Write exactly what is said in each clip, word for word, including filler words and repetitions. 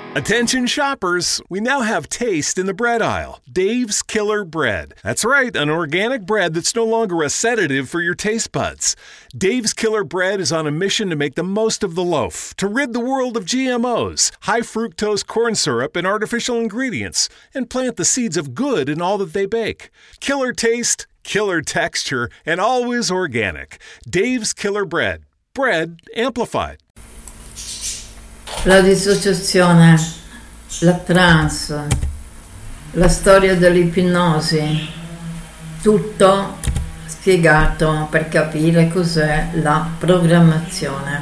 Attention shoppers, we now have taste in the bread aisle. Dave's Killer Bread. That's right, an organic bread that's no longer a sedative for your taste buds. Dave's Killer Bread is on a mission to make the most of the loaf, to rid the world of G M Os, high fructose corn syrup, and artificial ingredients, and plant the seeds of good in all that they bake. Killer taste, killer texture, and always organic. Dave's Killer Bread. Bread amplified. La dissociazione, la trance, la storia dell'ipnosi, tutto spiegato per capire cos'è la programmazione.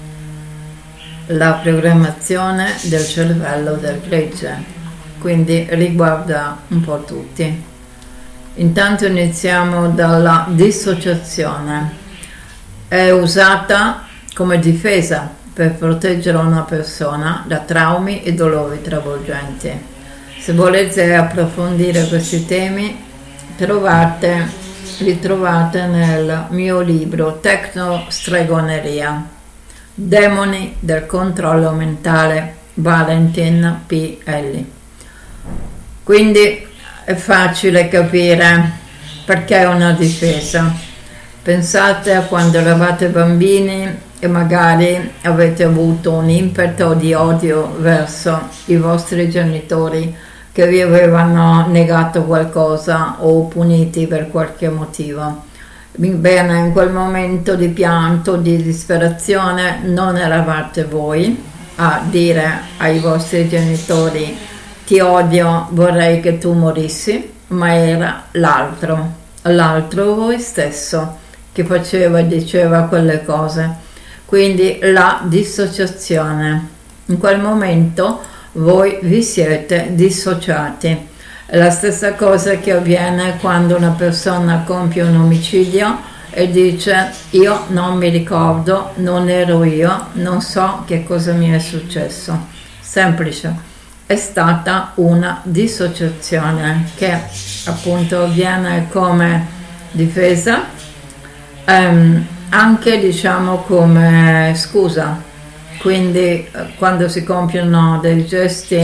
La programmazione del cervello del gregge, quindi riguarda un po' tutti. Intanto iniziamo dalla dissociazione. È usata come difesa per proteggere una persona da traumi e dolori travolgenti. Se volete approfondire questi temi, trovate, li trovate nel mio libro Tecnostregoneria, Demoni del controllo mentale, Valentin P. Elli. Quindi è facile capire perché è una difesa. Pensate a quando eravate bambini e magari avete avuto un impeto di odio verso i vostri genitori che vi avevano negato qualcosa o puniti per qualche motivo. Bene, in quel momento di pianto, di disperazione, non eravate voi a dire ai vostri genitori ti odio, vorrei che tu morissi, ma era l'altro, l'altro voi stesso che faceva e diceva quelle cose. Quindi la dissociazione. In quel momento voi vi siete dissociati. È la stessa cosa che avviene quando una persona compie un omicidio e dice io non mi ricordo, non ero io, non so che cosa mi è successo. Semplice. È stata una dissociazione che appunto avviene come difesa, um, anche diciamo come scusa. Quindi eh, quando si compiono dei gesti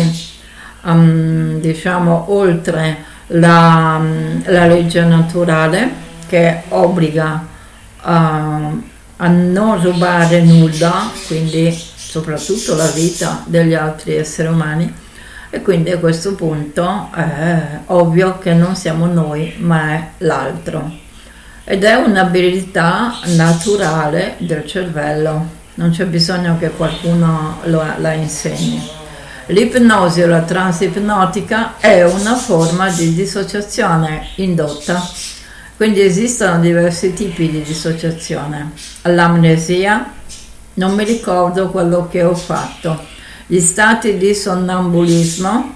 um, diciamo oltre la, um, la legge naturale che obbliga uh, a non rubare nulla, quindi soprattutto la vita degli altri esseri umani, e quindi a questo punto è ovvio che non siamo noi ma è l'altro. Ed è un'abilità naturale del cervello, non c'è bisogno che qualcuno lo, la insegni. L'ipnosi o la trance ipnotica è una forma di dissociazione indotta, quindi esistono diversi tipi di dissociazione. L'amnesia, non mi ricordo quello che ho fatto. Gli stati di sonnambulismo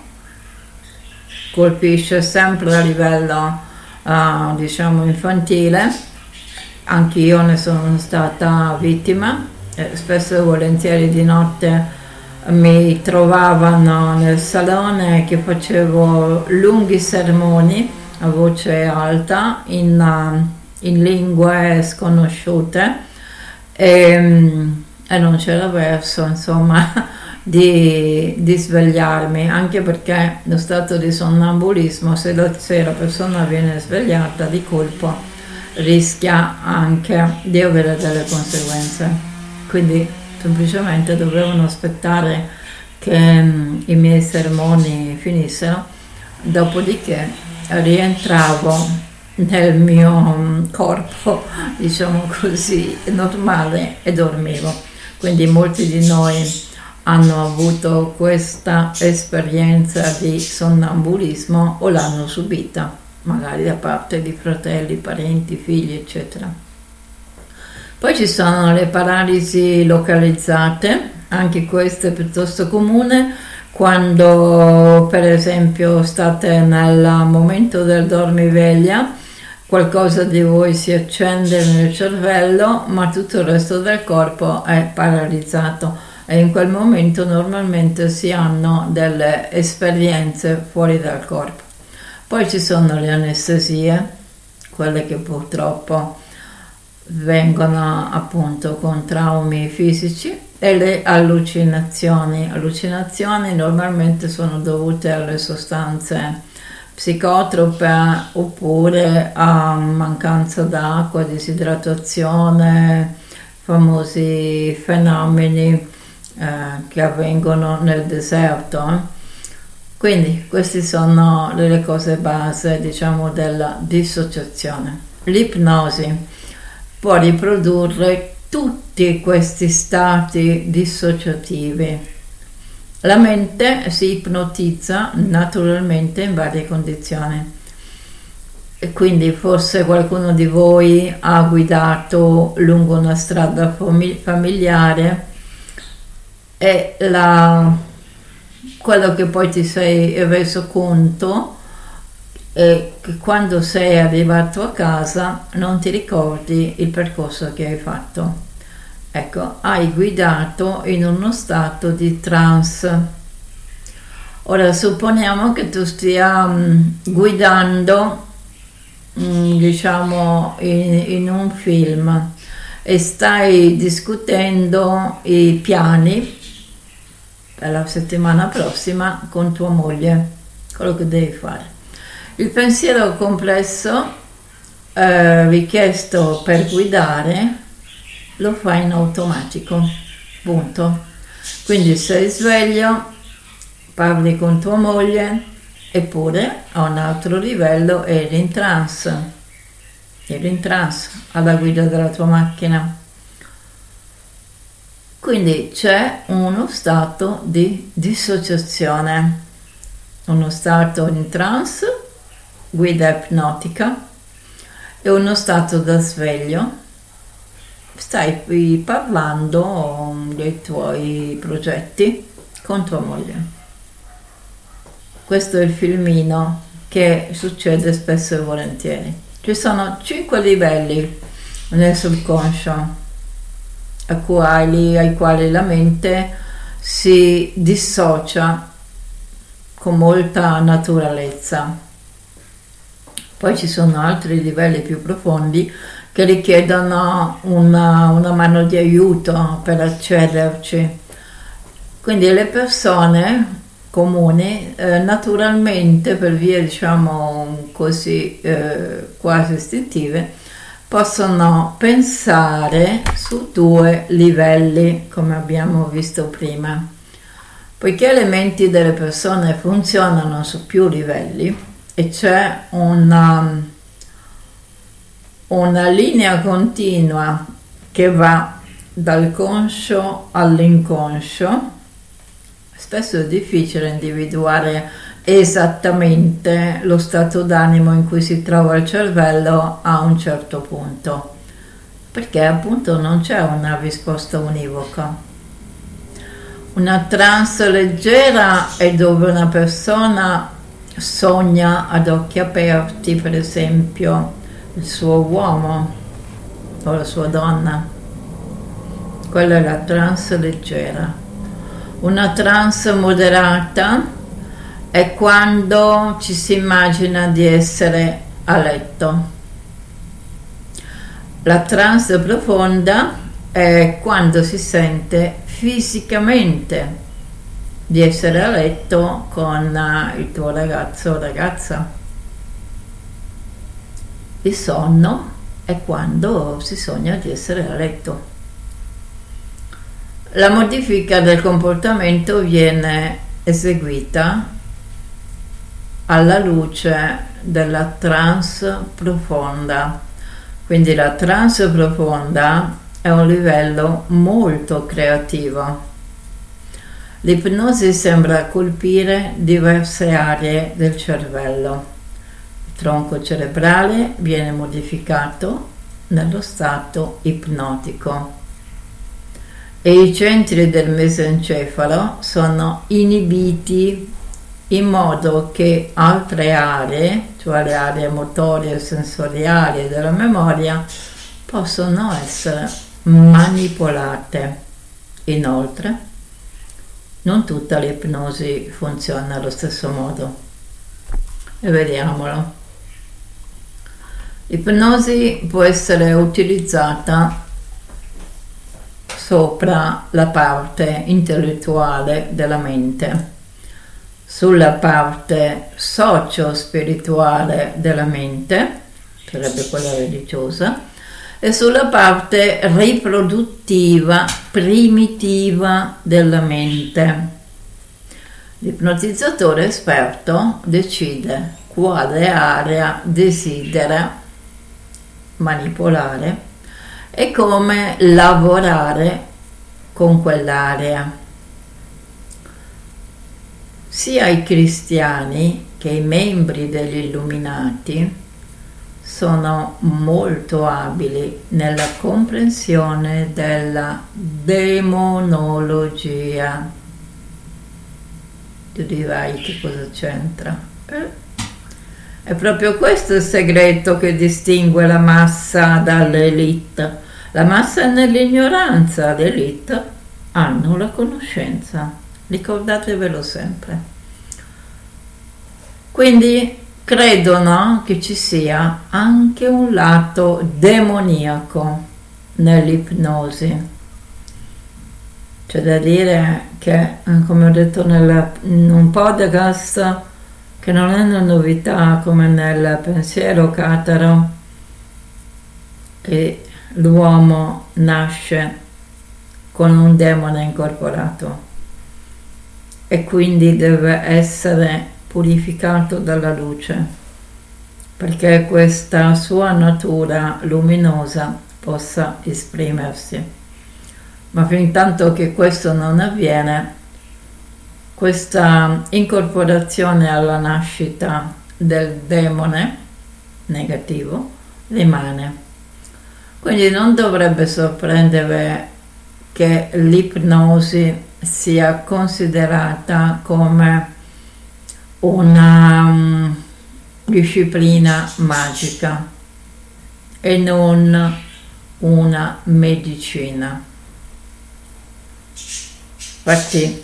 colpisce sempre a livello Uh, diciamo infantile, anch'io ne sono stata vittima, eh, spesso e volentieri di notte mi trovavano nel salone che facevo lunghi sermoni a voce alta in, uh, in lingue sconosciute e, e non c'era verso insomma Di, di svegliarmi, anche perché lo stato di sonnambulismo, se la, se la persona viene svegliata di colpo rischia anche di avere delle conseguenze, quindi semplicemente dovevano aspettare che um, i miei sermoni finissero, dopodiché rientravo nel mio um, corpo, diciamo così, normale e dormivo. Quindi molti di noi hanno avuto questa esperienza di sonnambulismo o l'hanno subita, magari da parte di fratelli, parenti, figli, eccetera. Poi ci sono le paralisi localizzate, anche questo è piuttosto comune, quando per esempio state nel momento del dormiveglia, qualcosa di voi si accende nel cervello, ma tutto il resto del corpo è paralizzato. E in quel momento normalmente si hanno delle esperienze fuori dal corpo. Poi ci sono le anestesie, quelle che purtroppo vengono appunto con traumi fisici, e le allucinazioni. Allucinazioni normalmente sono dovute alle sostanze psicotrope oppure a mancanza d'acqua, disidratazione, famosi fenomeni eh, che avvengono nel deserto. Eh. Quindi queste sono le cose base, diciamo, della dissociazione. L'ipnosi può riprodurre tutti questi stati dissociativi. La mente si ipnotizza naturalmente in varie condizioni. E quindi forse qualcuno di voi ha guidato lungo una strada familiare e la, quello che poi ti sei reso conto è che quando sei arrivato a casa non ti ricordi il percorso che hai fatto. Ecco, hai guidato in uno stato di trance. Ora supponiamo che tu stia um, guidando, um, diciamo, in, in un film e stai discutendo i piani per la settimana prossima con tua moglie, quello che devi fare. Il pensiero complesso eh, richiesto per guidare lo fai in automatico, punto. Quindi sei sveglio, parli con tua moglie, eppure a un altro livello eri in trance, eri in trance alla guida della tua macchina. Quindi c'è uno stato di dissociazione, uno stato in trance, guida ipnotica, e uno stato da sveglio. Stai parlando dei tuoi progetti con tua moglie. Questo è il filmino che succede spesso e volentieri. Ci sono cinque livelli nel subconscio a quali, ai quali la mente si dissocia con molta naturalezza. Poi ci sono altri livelli più profondi che richiedono una, una mano di aiuto per accederci. Quindi le persone comuni eh, naturalmente, per vie diciamo così eh, quasi istintive, possono pensare su due livelli, come abbiamo visto prima. Poiché le menti delle persone funzionano su più livelli e c'è una una linea continua che va dal conscio all'inconscio, spesso è difficile individuare esattamente lo stato d'animo in cui si trova il cervello a un certo punto, perché appunto non c'è una risposta univoca. Una trance leggera è dove una persona sogna ad occhi aperti, per esempio, il suo uomo o la sua donna. Quella è la trance leggera. Una trance moderata è quando ci si immagina di essere a letto. La trance profonda è quando si sente fisicamente di essere a letto con il tuo ragazzo o ragazza. Il sonno è quando si sogna di essere a letto. La modifica del comportamento viene eseguita alla luce della trance profonda. Quindi la trance profonda è un livello molto creativo. L'ipnosi sembra colpire diverse aree del cervello. Il tronco cerebrale viene modificato nello stato ipnotico e i centri del mesencefalo sono inibiti in modo che altre aree, cioè le aree motorie e sensoriali della memoria, possono essere manipolate. Inoltre, non tutta l'ipnosi funziona allo stesso modo. E vediamolo. L'ipnosi può essere utilizzata sopra la parte intellettuale della mente, sulla parte socio-spirituale della mente, sarebbe quella religiosa, e sulla parte riproduttiva, primitiva della mente. L'ipnotizzatore esperto decide quale area desidera manipolare e come lavorare con quell'area. Sia i cristiani che i membri degli Illuminati sono molto abili nella comprensione della demonologia. Tu dirai che cosa c'entra? Eh? È proprio questo il segreto che distingue la massa dall'elite. La massa è nell'ignoranza, l'elite hanno la conoscenza. Ricordatevelo sempre. Quindi credono che ci sia anche un lato demoniaco nell'ipnosi. C'è da dire che, come ho detto nella, in un podcast, che non è una novità come nel pensiero cataro, e l'uomo nasce con un demone incorporato e quindi deve essere purificato dalla luce perché questa sua natura luminosa possa esprimersi. Ma fin tanto che questo non avviene, questa incorporazione alla nascita del demone negativo rimane. Quindi non dovrebbe sorprendere che l'ipnosi sia considerata come una um, disciplina magica e non una medicina. Infatti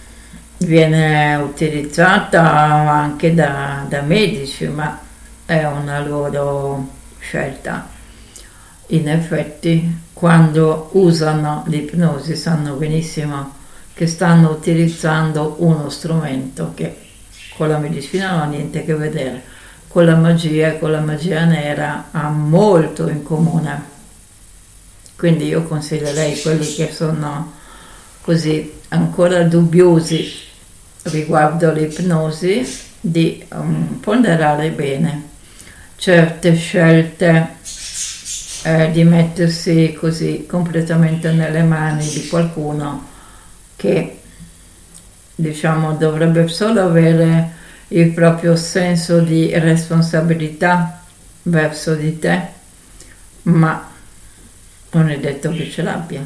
viene utilizzata anche da, da medici, ma è una loro scelta. In effetti, quando usano l'ipnosi sanno benissimo che stanno utilizzando uno strumento che con la medicina non ha niente a che vedere, con la magia e con la magia nera ha molto in comune. Quindi io consiglierei quelli che sono così ancora dubbiosi riguardo l'ipnosi di um, ponderare bene certe scelte, eh, di mettersi così completamente nelle mani di qualcuno che, diciamo, dovrebbe solo avere il proprio senso di responsabilità verso di te, ma non è detto che ce l'abbia.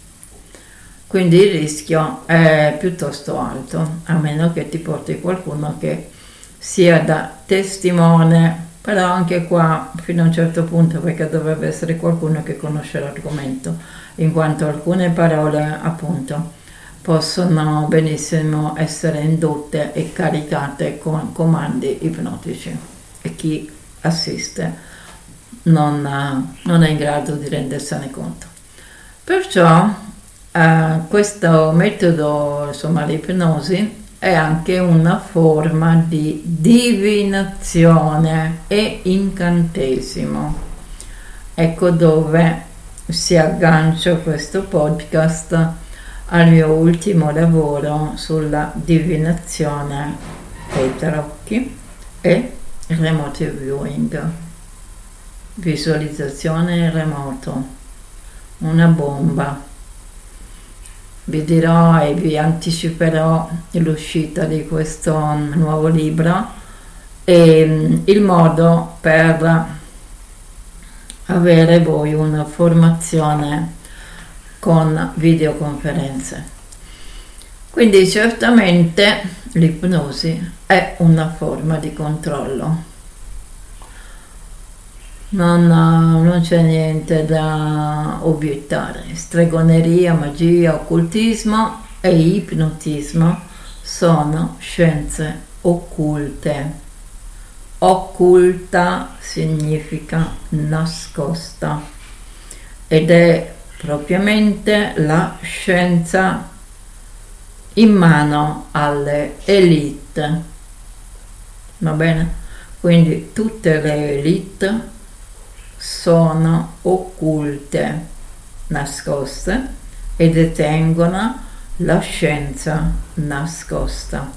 Quindi il rischio è piuttosto alto, a meno che ti porti qualcuno che sia da testimone, però anche qua fino a un certo punto, perché dovrebbe essere qualcuno che conosce l'argomento, in quanto alcune parole, appunto, possono benissimo essere indotte e caricate con comandi ipnotici e chi assiste non, non è in grado di rendersene conto. Perciò eh, questo metodo, insomma l'ipnosi, è anche una forma di divinazione e incantesimo. Ecco dove si aggancia questo podcast al mio ultimo lavoro sulla divinazione ai tarocchi e remote viewing, visualizzazione in remoto, una bomba. Vi dirò e vi anticiperò l'uscita di questo nuovo libro e il modo per avere voi una formazione con videoconferenze. Quindi certamente l'ipnosi è una forma di controllo. Non, non c'è niente da obiettare. Stregoneria, magia, occultismo e ipnotismo sono scienze occulte. occulta significa nascosta ed è propriamente la scienza in mano alle elite, va bene? Quindi tutte le elite sono occulte, nascoste e detengono la scienza nascosta.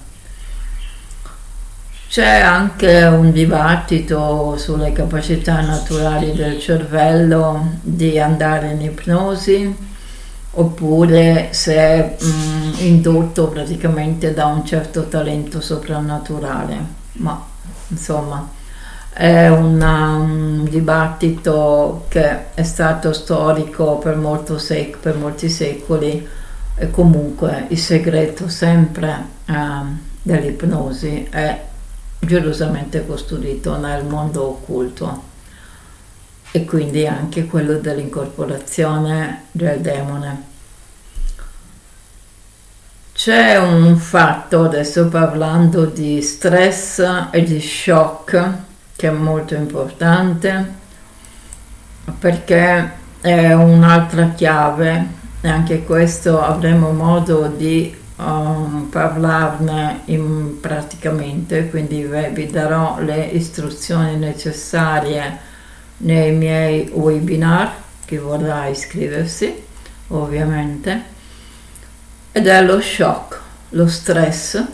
C'è anche un dibattito sulle capacità naturali del cervello di andare in ipnosi oppure se è mh, indotto praticamente da un certo talento soprannaturale, ma insomma è una, un dibattito che è stato storico per, molto sec- per molti secoli e comunque il segreto sempre eh, dell'ipnosi è gelosamente custodito nel mondo occulto e quindi anche quello dell'incorporazione del demone. C'è un fatto, adesso parlando di stress e di shock, che è molto importante perché è un'altra chiave e anche questo avremo modo di Um, parlarne in, praticamente, quindi vi darò le istruzioni necessarie nei miei webinar, chi vorrà iscriversi ovviamente, ed è lo shock, lo stress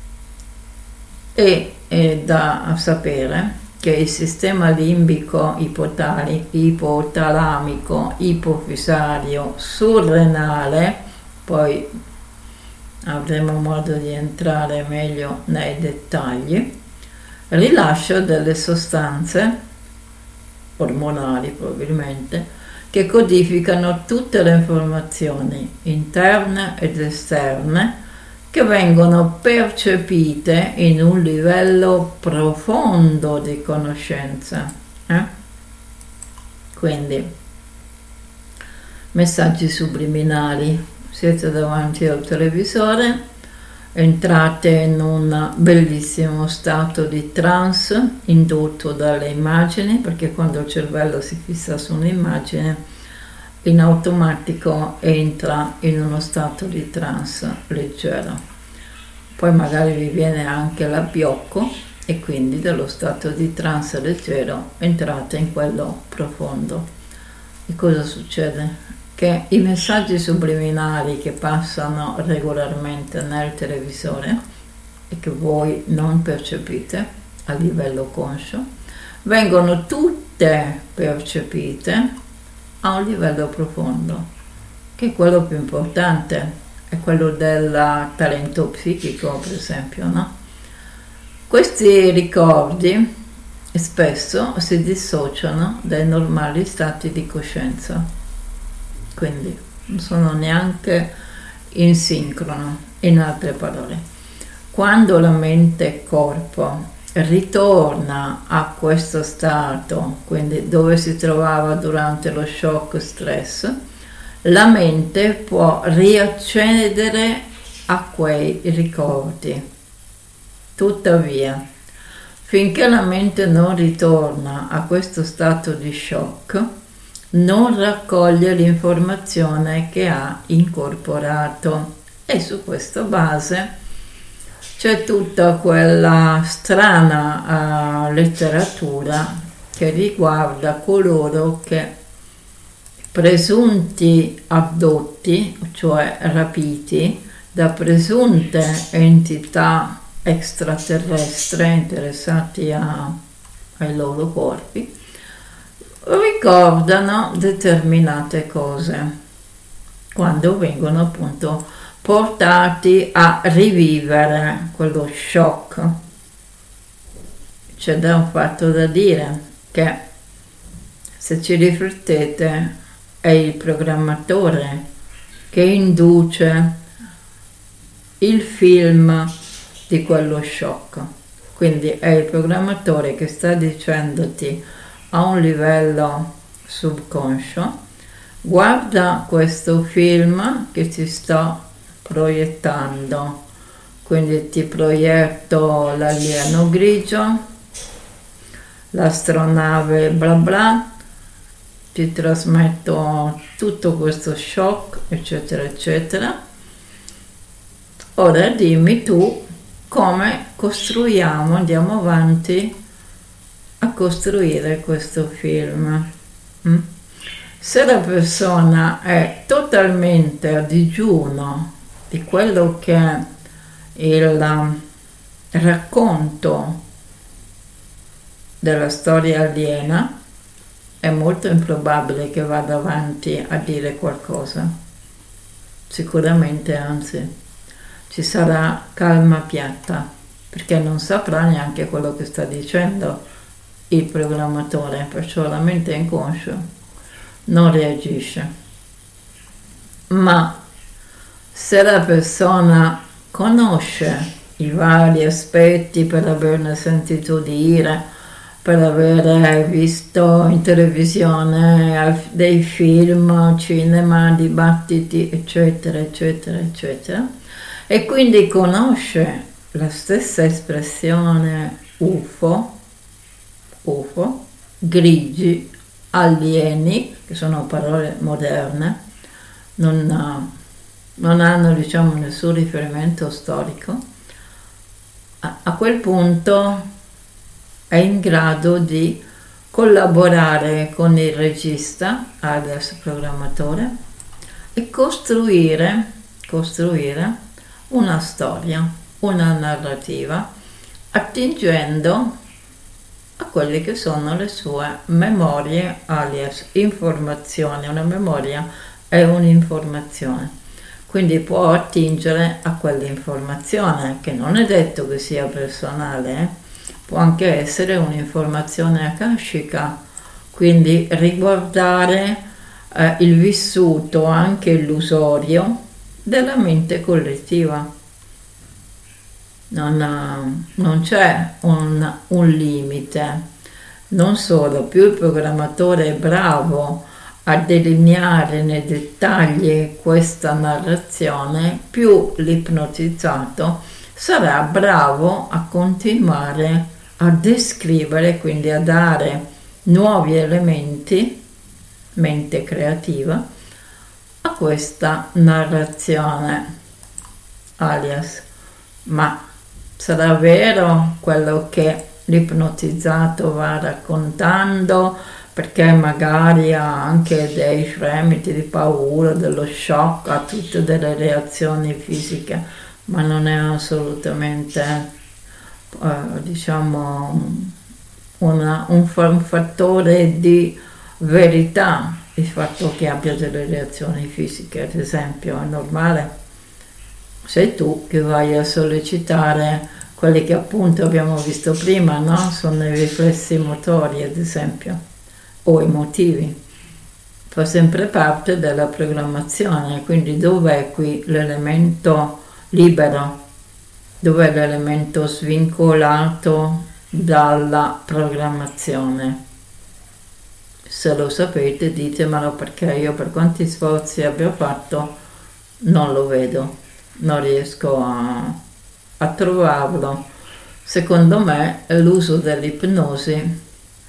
e è da sapere che il sistema limbico ipotali, ipotalamico, ipofisario, surrenale, poi avremo modo di entrare meglio nei dettagli, rilascia delle sostanze ormonali probabilmente che codificano tutte le informazioni interne ed esterne che vengono percepite in un livello profondo di conoscenza. Eh? Quindi messaggi subliminali. Siete davanti al televisore, entrate in un bellissimo stato di trance indotto dalle immagini, perché quando il cervello si fissa su un'immagine in automatico entra in uno stato di trance leggero. Poi magari vi viene anche l'abbiocco e quindi dallo stato di trance leggero entrate in quello profondo. E cosa succede? Che i messaggi subliminali che passano regolarmente nel televisore e che voi non percepite a livello conscio, vengono tutte percepite a un livello profondo, che è quello più importante, è quello del talento psichico, per esempio, no? Questi ricordi spesso si dissociano dai normali stati di coscienza. Quindi non sono neanche in sincrono, in altre parole. Quando la mente e corpo ritorna a questo stato, quindi dove si trovava durante lo shock stress, la mente può riaccedere a quei ricordi. Tuttavia, finché la mente non ritorna a questo stato di shock, non raccoglie l'informazione che ha incorporato e su questa base c'è tutta quella strana uh, letteratura che riguarda coloro che presunti abdotti, cioè rapiti da presunte entità extraterrestri interessati a, ai loro corpi, ricordano determinate cose quando vengono appunto portati a rivivere quello shock. C'è da un fatto da dire che, se ci riflettete, è il programmatore che induce il film di quello shock. Quindi è il programmatore che sta dicendoti a un livello subconscio: guarda questo film che ti sto proiettando, quindi ti proietto l'alieno grigio l'astronave bla bla, ti trasmetto tutto questo shock, eccetera, eccetera. Ora dimmi tu come costruiamo, andiamo avanti a costruire questo film. Mm? Se la persona è totalmente a digiuno di quello che è il racconto della storia aliena, è molto improbabile che vada avanti a dire qualcosa. Sicuramente, anzi, ci sarà calma piatta, perché non saprà neanche quello che sta dicendo il programmatore, perciò la mente inconscia non reagisce. Ma se la persona conosce i vari aspetti per averne sentito dire, per aver visto in televisione dei film, cinema, dibattiti, eccetera, eccetera, eccetera, e quindi conosce la stessa espressione U F O, U F O, grigi, alieni, che sono parole moderne, non, non hanno, diciamo, nessun riferimento storico, a, a quel punto è in grado di collaborare con il regista, alias programmatore, e costruire, costruire una storia, una narrativa, attingendo a quelle che sono le sue memorie, alias informazioni. Una memoria è un'informazione, quindi può attingere a quell'informazione, che non è detto che sia personale, eh? Può anche essere un'informazione akashica, quindi riguardare eh, il vissuto anche illusorio della mente collettiva. Non, non c'è un, un limite. Non solo, più il programmatore è bravo a delineare nei dettagli questa narrazione, più l'ipnotizzato sarà bravo a continuare a descrivere, quindi a dare nuovi elementi, mente creativa, a questa narrazione, alias, ma sarà vero quello che l'ipnotizzato va raccontando, perché magari ha anche dei fremiti di paura, dello shock, ha tutte delle reazioni fisiche, ma non è assolutamente Uh, diciamo una, un, un fattore di verità il fatto che abbia delle reazioni fisiche. Ad esempio, è normale, sei tu che vai a sollecitare quelli che appunto abbiamo visto prima, no? Sono i riflessi motori, ad esempio, o emotivi. Fa sempre parte della programmazione, quindi dov'è qui l'elemento libero? Dov'è l'elemento svincolato dalla programmazione? Se lo sapete ditemelo, perché io, per quanti sforzi abbia fatto, non lo vedo, non riesco a, a trovarlo. Secondo me l'uso dell'ipnosi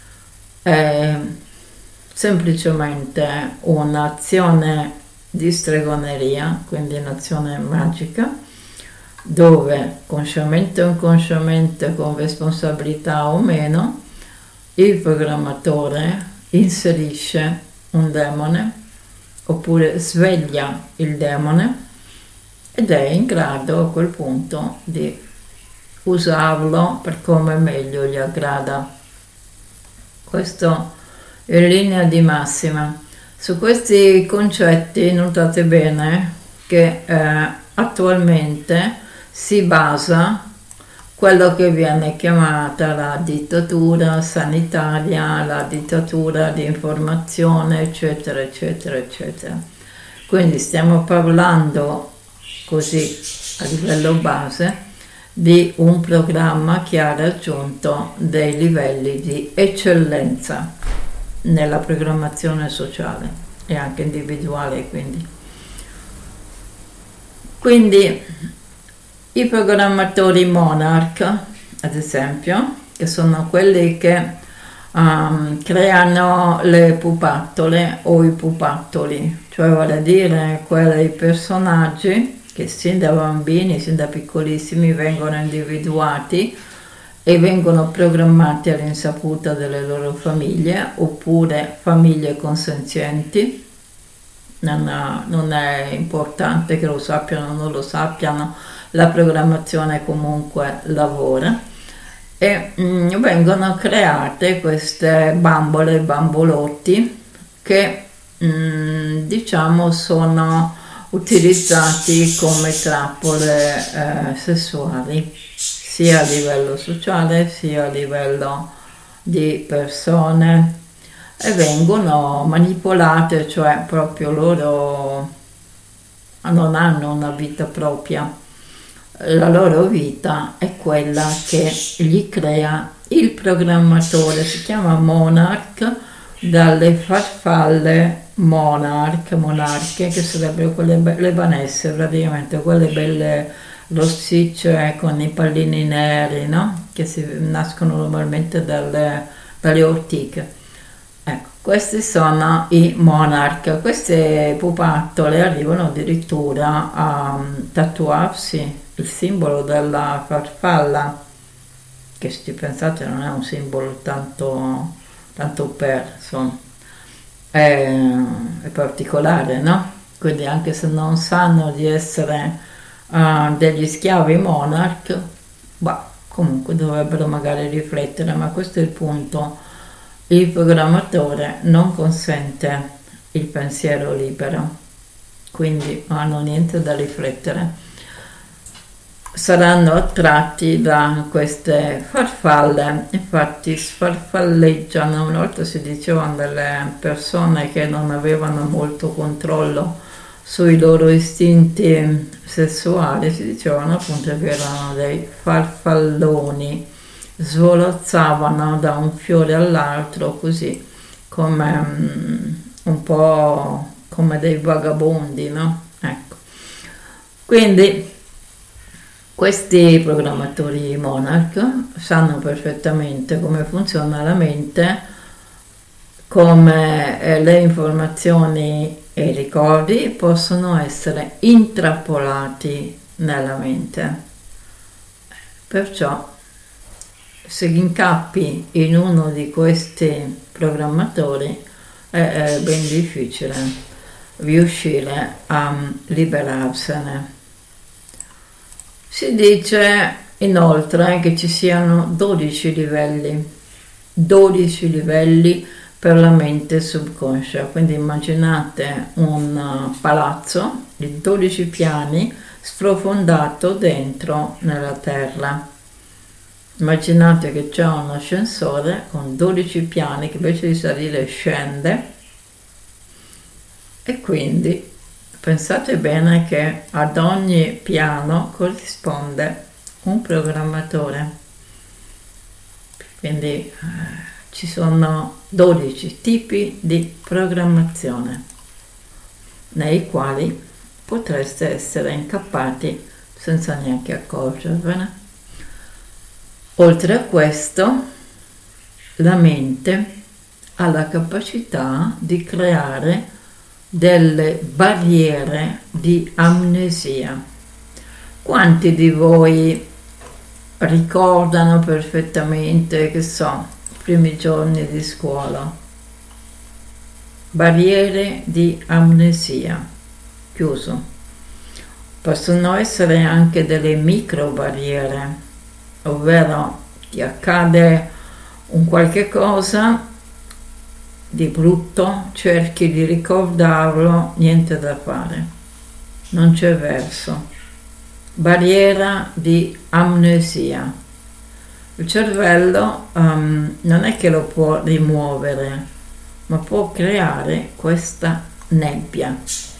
è semplicemente un'azione di stregoneria, quindi un'azione magica, dove consciamente o inconsciamente, con responsabilità o meno, il programmatore inserisce un demone oppure sveglia il demone ed è in grado a quel punto di usarlo per come meglio gli aggrada. Questo in linea di massima. Su questi concetti notate bene che eh, attualmente si basa quello che viene chiamata la dittatura sanitaria, la dittatura di informazione, eccetera, eccetera, eccetera. Quindi stiamo parlando, così a livello base, di un programma che ha raggiunto dei livelli di eccellenza nella programmazione sociale e anche individuale, quindi. Quindi i programmatori Monarch, ad esempio, che sono quelli che um, creano le pupattole o i pupattoli, cioè vale a dire quei personaggi che sin da bambini, sin da piccolissimi vengono individuati e vengono programmati all'insaputa delle loro famiglie oppure famiglie consenzienti. Non, ha, non è importante che lo sappiano o non lo sappiano, la programmazione comunque lavora e mh, vengono create queste bambole e bambolotti che mh, diciamo sono utilizzati come trappole eh, sessuali, sia a livello sociale sia a livello di persone, e vengono manipolate, cioè proprio loro non hanno una vita propria, la loro vita è quella che gli crea il programmatore, si chiama Monarch, dalle farfalle Monarch, monarche, che sarebbero quelle be- le vanesse, praticamente quelle belle rossicce con i pallini neri, no? Che si nascono normalmente dalle, dalle ortiche. Ecco, questi sono i Monarch. Queste pupattole arrivano addirittura a um, tatuarsi il simbolo della farfalla, che se ci pensate non è un simbolo tanto, tanto per, insomma, è, è particolare, no? Quindi anche se non sanno di essere uh, degli schiavi Monarch, bah, comunque dovrebbero magari riflettere, ma questo è il punto. Il programmatore non consente il pensiero libero, quindi non hanno niente da riflettere. Saranno attratti da queste farfalle, infatti sfarfalleggiano. Una volta si dicevano delle persone che non avevano molto controllo sui loro istinti sessuali, si dicevano appunto che erano dei farfalloni, svolazzavano da un fiore all'altro così come um, un po' come dei vagabondi, no? Ecco. Quindi questi programmatori Monarch sanno perfettamente come funziona la mente, come eh, le informazioni e i ricordi possono essere intrappolati nella mente. Perciò se incappi in uno di questi programmatori è, è ben difficile riuscire a liberarsene. Si dice inoltre che ci siano dodici livelli, dodici livelli per la mente subconscia, quindi immaginate un palazzo di dodici piani sprofondato dentro nella terra. Immaginate che c'è un ascensore con dodici piani che invece di salire scende, e quindi pensate bene che ad ogni piano corrisponde un programmatore. Quindi eh, ci sono dodici tipi di programmazione nei quali potreste essere incappati senza neanche accorgervene. Oltre a questo, la mente ha la capacità di creare delle barriere di amnesia. Quanti di voi ricordano perfettamente, che so, i primi giorni di scuola? Barriere di amnesia. Chiuso. Possono essere anche delle micro barriere, ovvero ti accade un qualche cosa di brutto, cerchi di ricordarlo, niente da fare, non c'è verso. Barriera di amnesia. Il cervello um, non è che lo può rimuovere, ma può creare questa nebbia,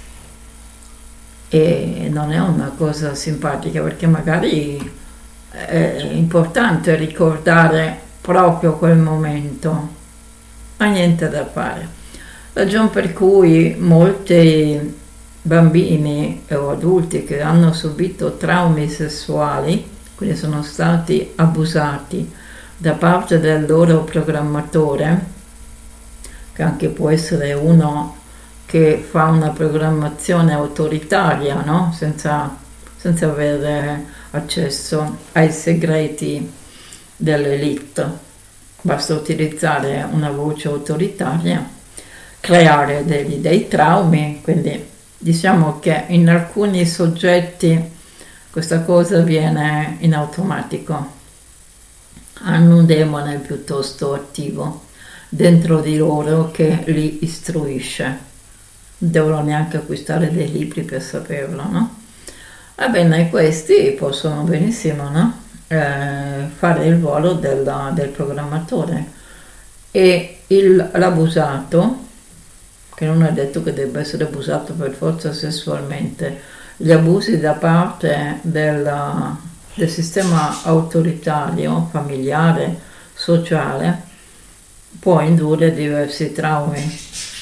e non è una cosa simpatica, perché magari è importante ricordare proprio quel momento, ma niente da fare. Ragion per cui molti bambini o adulti che hanno subito traumi sessuali, quindi sono stati abusati da parte del loro programmatore, che anche può essere uno che fa una programmazione autoritaria, no? senza, senza avere accesso ai segreti dell'elite. Basta utilizzare una voce autoritaria, creare dei, dei traumi, quindi diciamo che in alcuni soggetti questa cosa avviene in automatico. Hanno un demone piuttosto attivo dentro di loro che li istruisce. Non devono neanche acquistare dei libri per saperlo, no? Ebbene, questi possono benissimo, no? eh, fare il ruolo della, del programmatore, e il, l'abusato, che non è detto che debba essere abusato per forza sessualmente, gli abusi da parte della, del sistema autoritario, familiare, sociale, può indurre diversi traumi.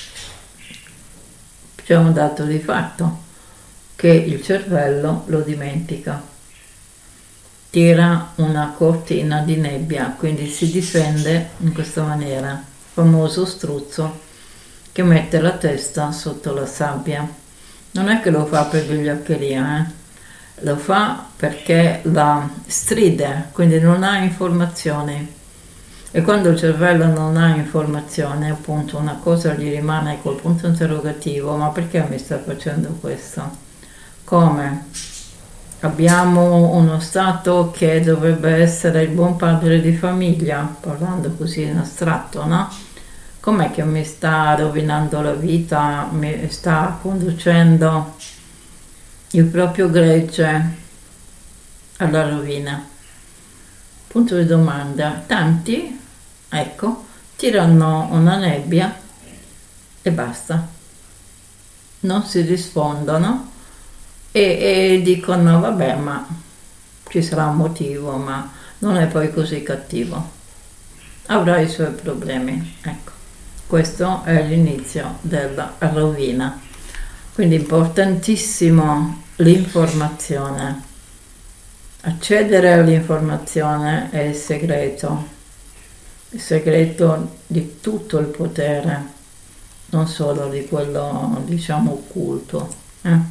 C'è un dato di fatto che il cervello lo dimentica, tira una cortina di nebbia, quindi si difende in questa maniera, famoso struzzo che mette la testa sotto la sabbia. Non è che lo fa per vigliaccheria, eh? Lo fa perché la stride, quindi non ha informazioni. E quando il cervello non ha informazione, appunto, una cosa gli rimane col punto interrogativo: ma perché mi sta facendo questo? Come? Abbiamo uno Stato che dovrebbe essere il buon padre di famiglia, parlando così in astratto, no? Com'è che mi sta rovinando la vita, mi sta conducendo il proprio gregge alla rovina? Punto di domanda. Tanti, ecco, tirano una nebbia e basta, non si rispondono e, e dicono vabbè, ma ci sarà un motivo, ma non è poi così cattivo, avrà i suoi problemi. Ecco, questo è l'inizio della rovina. Quindi importantissimo l'informazione. Accedere all'informazione è il segreto, il segreto di tutto il potere, non solo di quello, diciamo, occulto. Eh?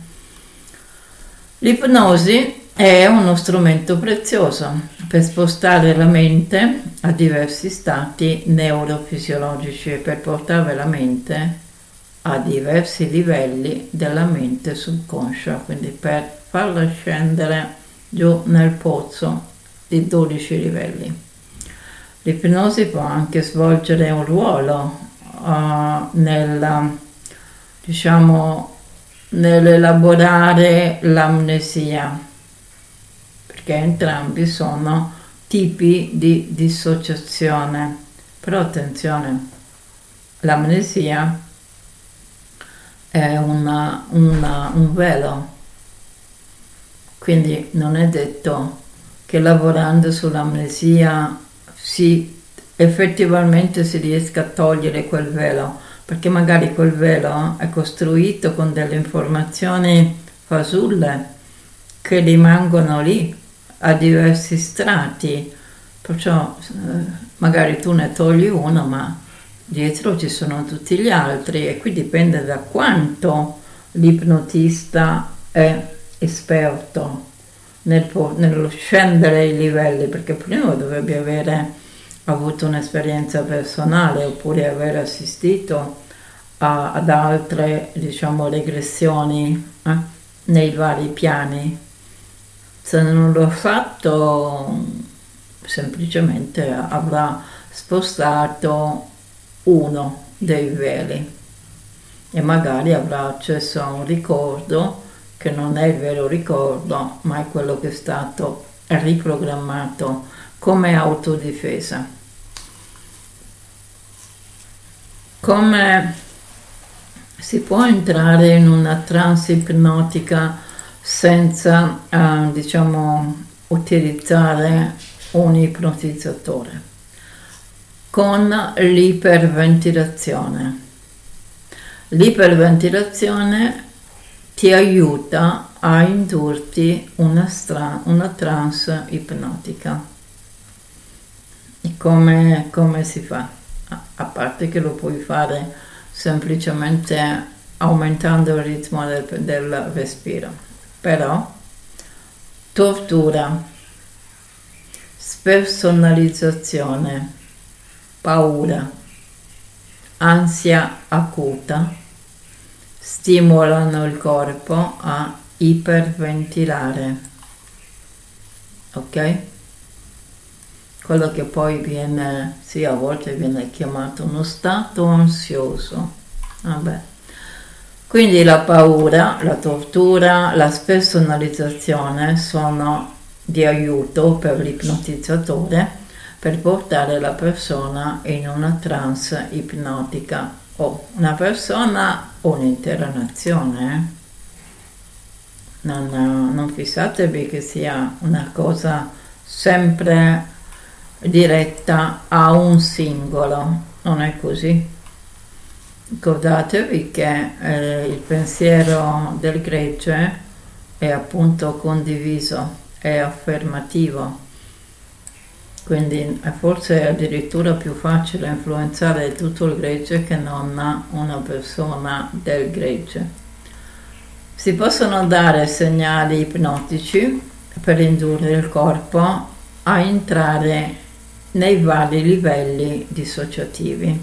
L'ipnosi è uno strumento prezioso per spostare la mente a diversi stati neurofisiologici e per portare la mente a diversi livelli della mente subconscia, quindi per farla scendere giù nel pozzo di dodici livelli. L'ipnosi può anche svolgere un ruolo uh, nel, diciamo, nell'elaborare l'amnesia, perché entrambi sono tipi di dissociazione. Però attenzione, l'amnesia è una, una, un velo, quindi non è detto che lavorando sull'amnesia si effettivamente si riesca a togliere quel velo, perché magari quel velo è costruito con delle informazioni fasulle che rimangono lì a diversi strati, perciò eh, magari tu ne togli uno, ma dietro ci sono tutti gli altri, e qui dipende da quanto l'ipnotista è esperto nel, nello scendere ai livelli, perché prima dovrebbe avere avuto un'esperienza personale oppure aver assistito a, ad altre, diciamo, regressioni eh, nei vari piani. Se non l'ho fatto, semplicemente avrà spostato uno dei veli e magari avrà accesso a un ricordo che non è il vero ricordo, ma è quello che è stato riprogrammato come autodifesa. Come si può entrare in una trance ipnotica senza, eh, diciamo, utilizzare un ipnotizzatore? Con l'iperventilazione. L'iperventilazione ti aiuta a indurti una, stra- una trance ipnotica. come, come si fa? A, a parte che lo puoi fare semplicemente aumentando il ritmo del, del respiro, però tortura, spersonalizzazione, paura, ansia acuta stimolano il corpo a iperventilare, ok? Quello che poi viene, sì, a volte viene chiamato uno stato ansioso. Vabbè. Quindi la paura, la tortura, la spersonalizzazione sono di aiuto per l'ipnotizzatore per portare la persona in una trance ipnotica, o una persona o un'intera nazione. Eh? Non, non fissatevi che sia una cosa sempre diretta a un singolo, non è così. Ricordatevi che eh, il pensiero del gregge è appunto condiviso, è affermativo, quindi forse è addirittura più facile influenzare tutto il gregge che non una persona del gregge. Si possono dare segnali ipnotici per indurre il corpo a entrare nei vari livelli dissociativi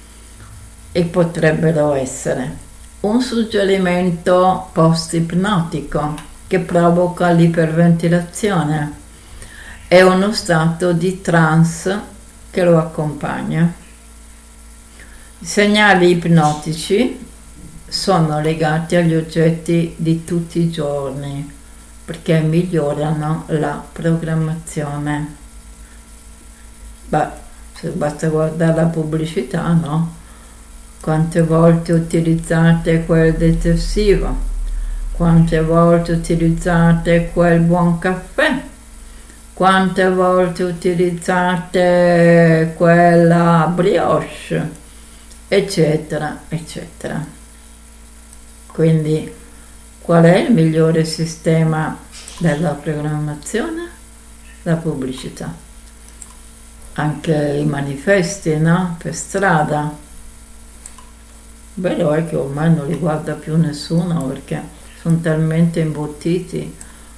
e potrebbero essere un suggerimento post-ipnotico che provoca l'iperventilazione e uno stato di trance che lo accompagna. I segnali ipnotici sono legati agli oggetti di tutti i giorni perché migliorano la programmazione. Beh, se basta guardare la pubblicità, no? Quante volte utilizzate quel detersivo? Quante volte utilizzate quel buon caffè? Quante volte utilizzate quella brioche? Eccetera, eccetera. Quindi, qual è il migliore sistema della programmazione? La pubblicità. Anche i manifesti, no? Per strada. Bello è che ormai non li guarda più nessuno perché sono talmente imbottiti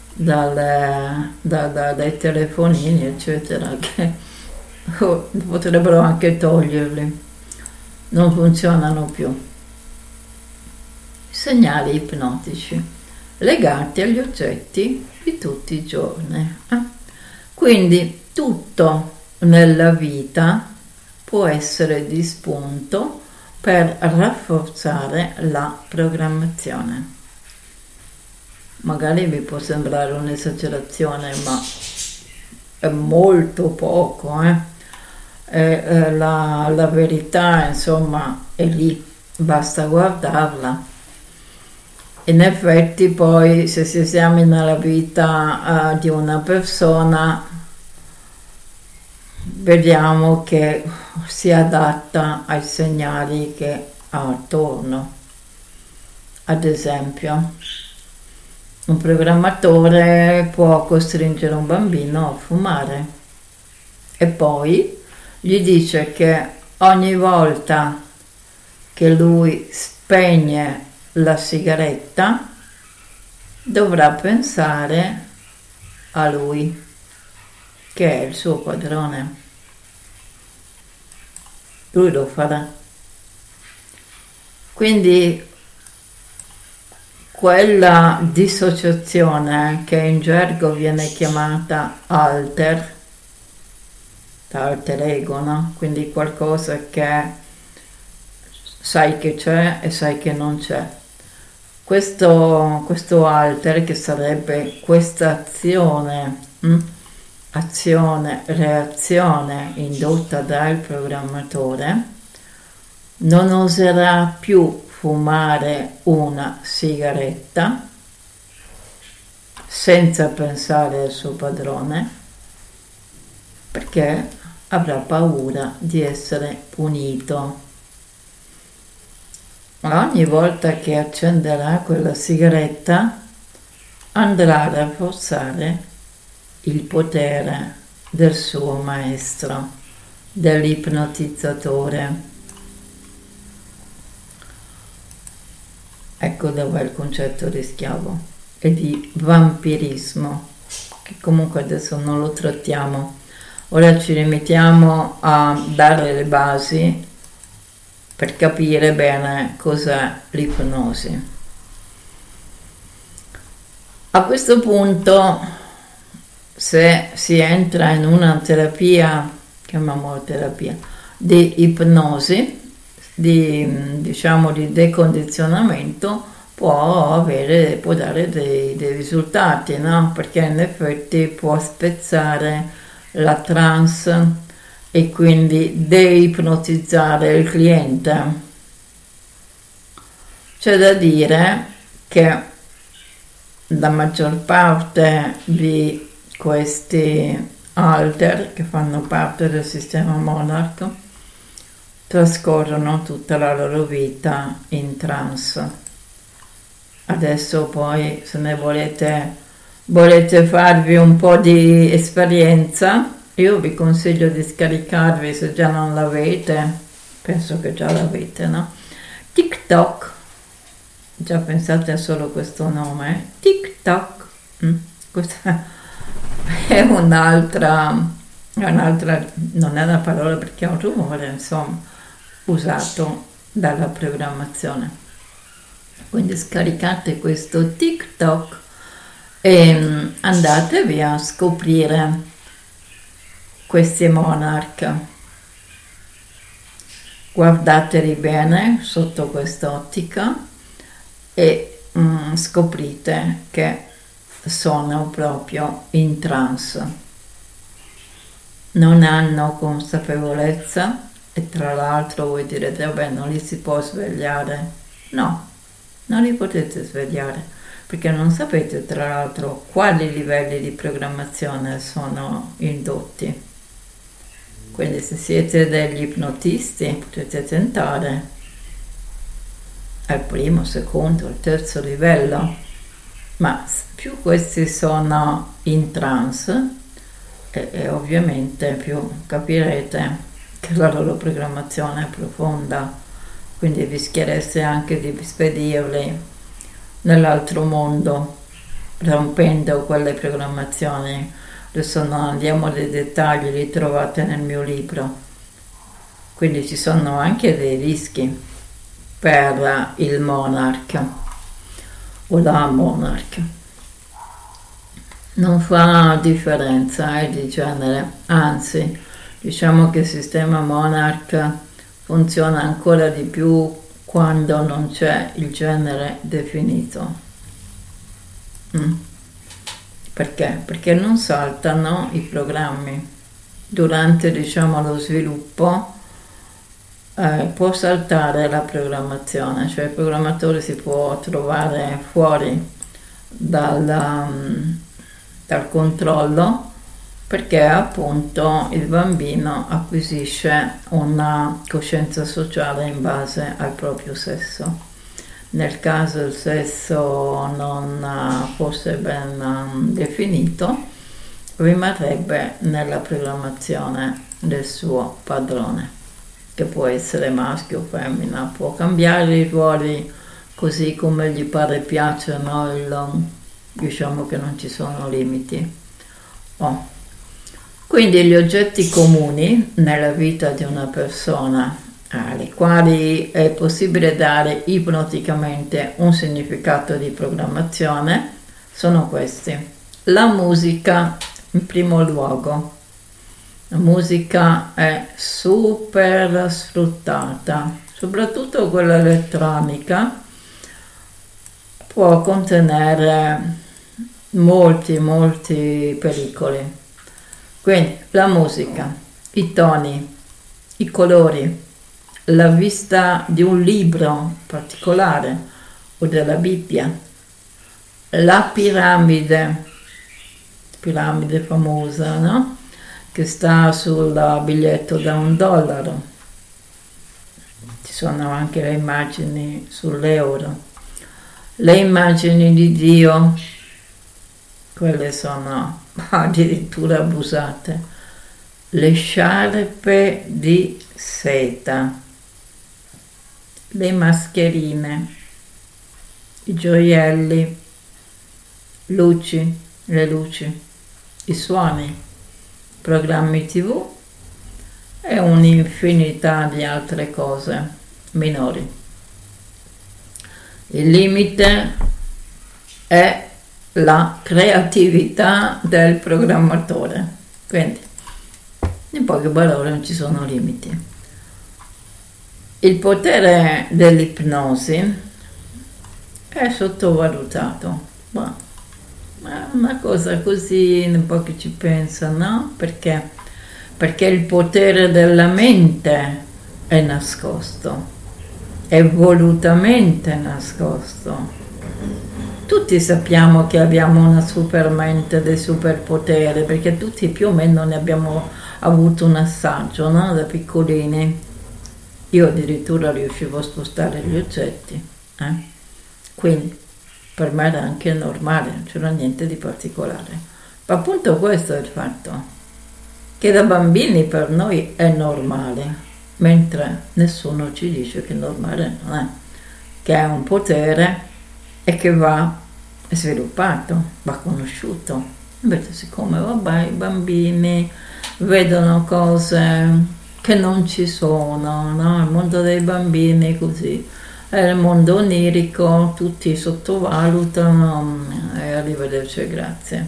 dalle, da, da, dai telefonini, eccetera, che oh, potrebbero anche toglierli. Non funzionano più. Segnali ipnotici legati agli oggetti di tutti i giorni. Eh? Quindi tutto nella vita può essere di spunto per rafforzare la programmazione. Magari vi può sembrare un'esagerazione, ma è molto poco. Eh? Eh, eh, la, la verità, insomma, è lì, basta guardarla. In effetti poi se si esamina la vita uh, di una persona vediamo che si adatta ai segnali che ha attorno. Ad esempio, un programmatore può costringere un bambino a fumare e poi gli dice che ogni volta che lui spegne la sigaretta dovrà pensare a lui, che è il suo padrone. Lui lo farà. Quindi quella dissociazione che in gergo viene chiamata alter, alter ego, no? Quindi qualcosa che sai che c'è e sai che non c'è. Questo, questo alter, che sarebbe questa azione, hm? azione, reazione indotta dal programmatore, non oserà più fumare una sigaretta senza pensare al suo padrone, perché avrà paura di essere punito. Ogni volta che accenderà quella sigaretta andrà a rafforzare il potere del suo maestro. dell'ipnotizzatore. Ecco dov'è il concetto di schiavo e di vampirismo, che comunque adesso non lo trattiamo. Ora ci limitiamo a dare le basi per capire bene cos'è l'ipnosi. A questo punto, se si entra in una terapia, chiamiamola terapia, di ipnosi, di, diciamo, di decondizionamento, può avere, può dare dei, dei risultati, no? Perché in effetti può spezzare la trance e quindi deipnotizzare il cliente. C'è da dire che la maggior parte di questi alter che fanno parte del sistema Monarch trascorrono tutta la loro vita in trance. Adesso poi, se ne volete, volete farvi un po' di esperienza, io vi consiglio di scaricarvi, se già non l'avete, penso che già l'avete, no? TikTok, già pensate a solo questo nome, TikTok, mm, questa è un'altra, è un'altra, non è una parola perché è un rumore, insomma, usato dalla programmazione. Quindi scaricate questo TikTok e andatevi a scoprire questi Monarch. Guardateli bene sotto quest'ottica e mm, scoprite che sono proprio in trance. Non hanno consapevolezza e tra l'altro voi direte, vabbè, non li si può svegliare. No, non li potete svegliare, perché non sapete tra l'altro quali livelli di programmazione sono indotti. Quindi se siete degli ipnotisti potete tentare al primo, secondo, al terzo livello, ma più questi sono in trance e, e ovviamente più capirete che la loro programmazione è profonda, quindi rischiereste anche di spedirli nell'altro mondo, rompendo quelle programmazioni. Adesso non andiamo nei dettagli, li trovate nel mio libro. Quindi ci sono anche dei rischi per il Monarch o la Monarch. Non fa differenza eh, di genere, anzi, diciamo che il sistema Monarch funziona ancora di più quando non c'è il genere definito. Mm. Perché? Perché non saltano i programmi. Durante, diciamo, lo sviluppo eh, può saltare la programmazione, cioè il programmatore si può trovare fuori dal, um, dal controllo, perché appunto il bambino acquisisce una coscienza sociale in base al proprio sesso. Nel caso il sesso non fosse ben definito, rimarrebbe nella programmazione del suo padrone, che può essere maschio o femmina, può cambiare i ruoli così come gli pare e piace, no? Il, diciamo che non ci sono limiti. Oh. Quindi gli oggetti comuni nella vita di una persona, alle quali è possibile dare ipnoticamente un significato di programmazione, sono questi. La musica in primo luogo. La musica è super sfruttata, soprattutto quella elettronica, può contenere molti, molti pericoli. Quindi la musica, i toni, i colori, la vista di un libro particolare o della Bibbia, la piramide, piramide famosa, no? Che sta sul biglietto da un dollaro. Ci sono anche le immagini sull'euro. Le immagini di Dio, quelle sono addirittura abusate. le sciarpe di seta, le mascherine, i gioielli, luci, le luci, i suoni, programmi tivù e un'infinità di altre cose minori. Il limite è la creatività del programmatore, quindi in poche parole non ci sono limiti. Il potere dell'ipnosi è sottovalutato, ma è una cosa così un po' che ci pensa, no? Perché? Perché il potere della mente è nascosto, è volutamente nascosto. Tutti sappiamo che abbiamo una supermente, dei superpoteri, perché tutti più o meno ne abbiamo avuto un assaggio, no? Da piccolini. Io addirittura riuscivo a spostare gli oggetti, eh? Quindi per me era anche normale, non c'era niente di particolare. Ma appunto questo è il fatto, che da bambini per noi è normale, mentre nessuno ci dice che normale non è, che è un potere e che va sviluppato, va conosciuto. Invece siccome vabbè, i bambini vedono cose che non ci sono, no? Il mondo dei bambini è così, è il mondo onirico, tutti sottovalutano e arrivederci e grazie.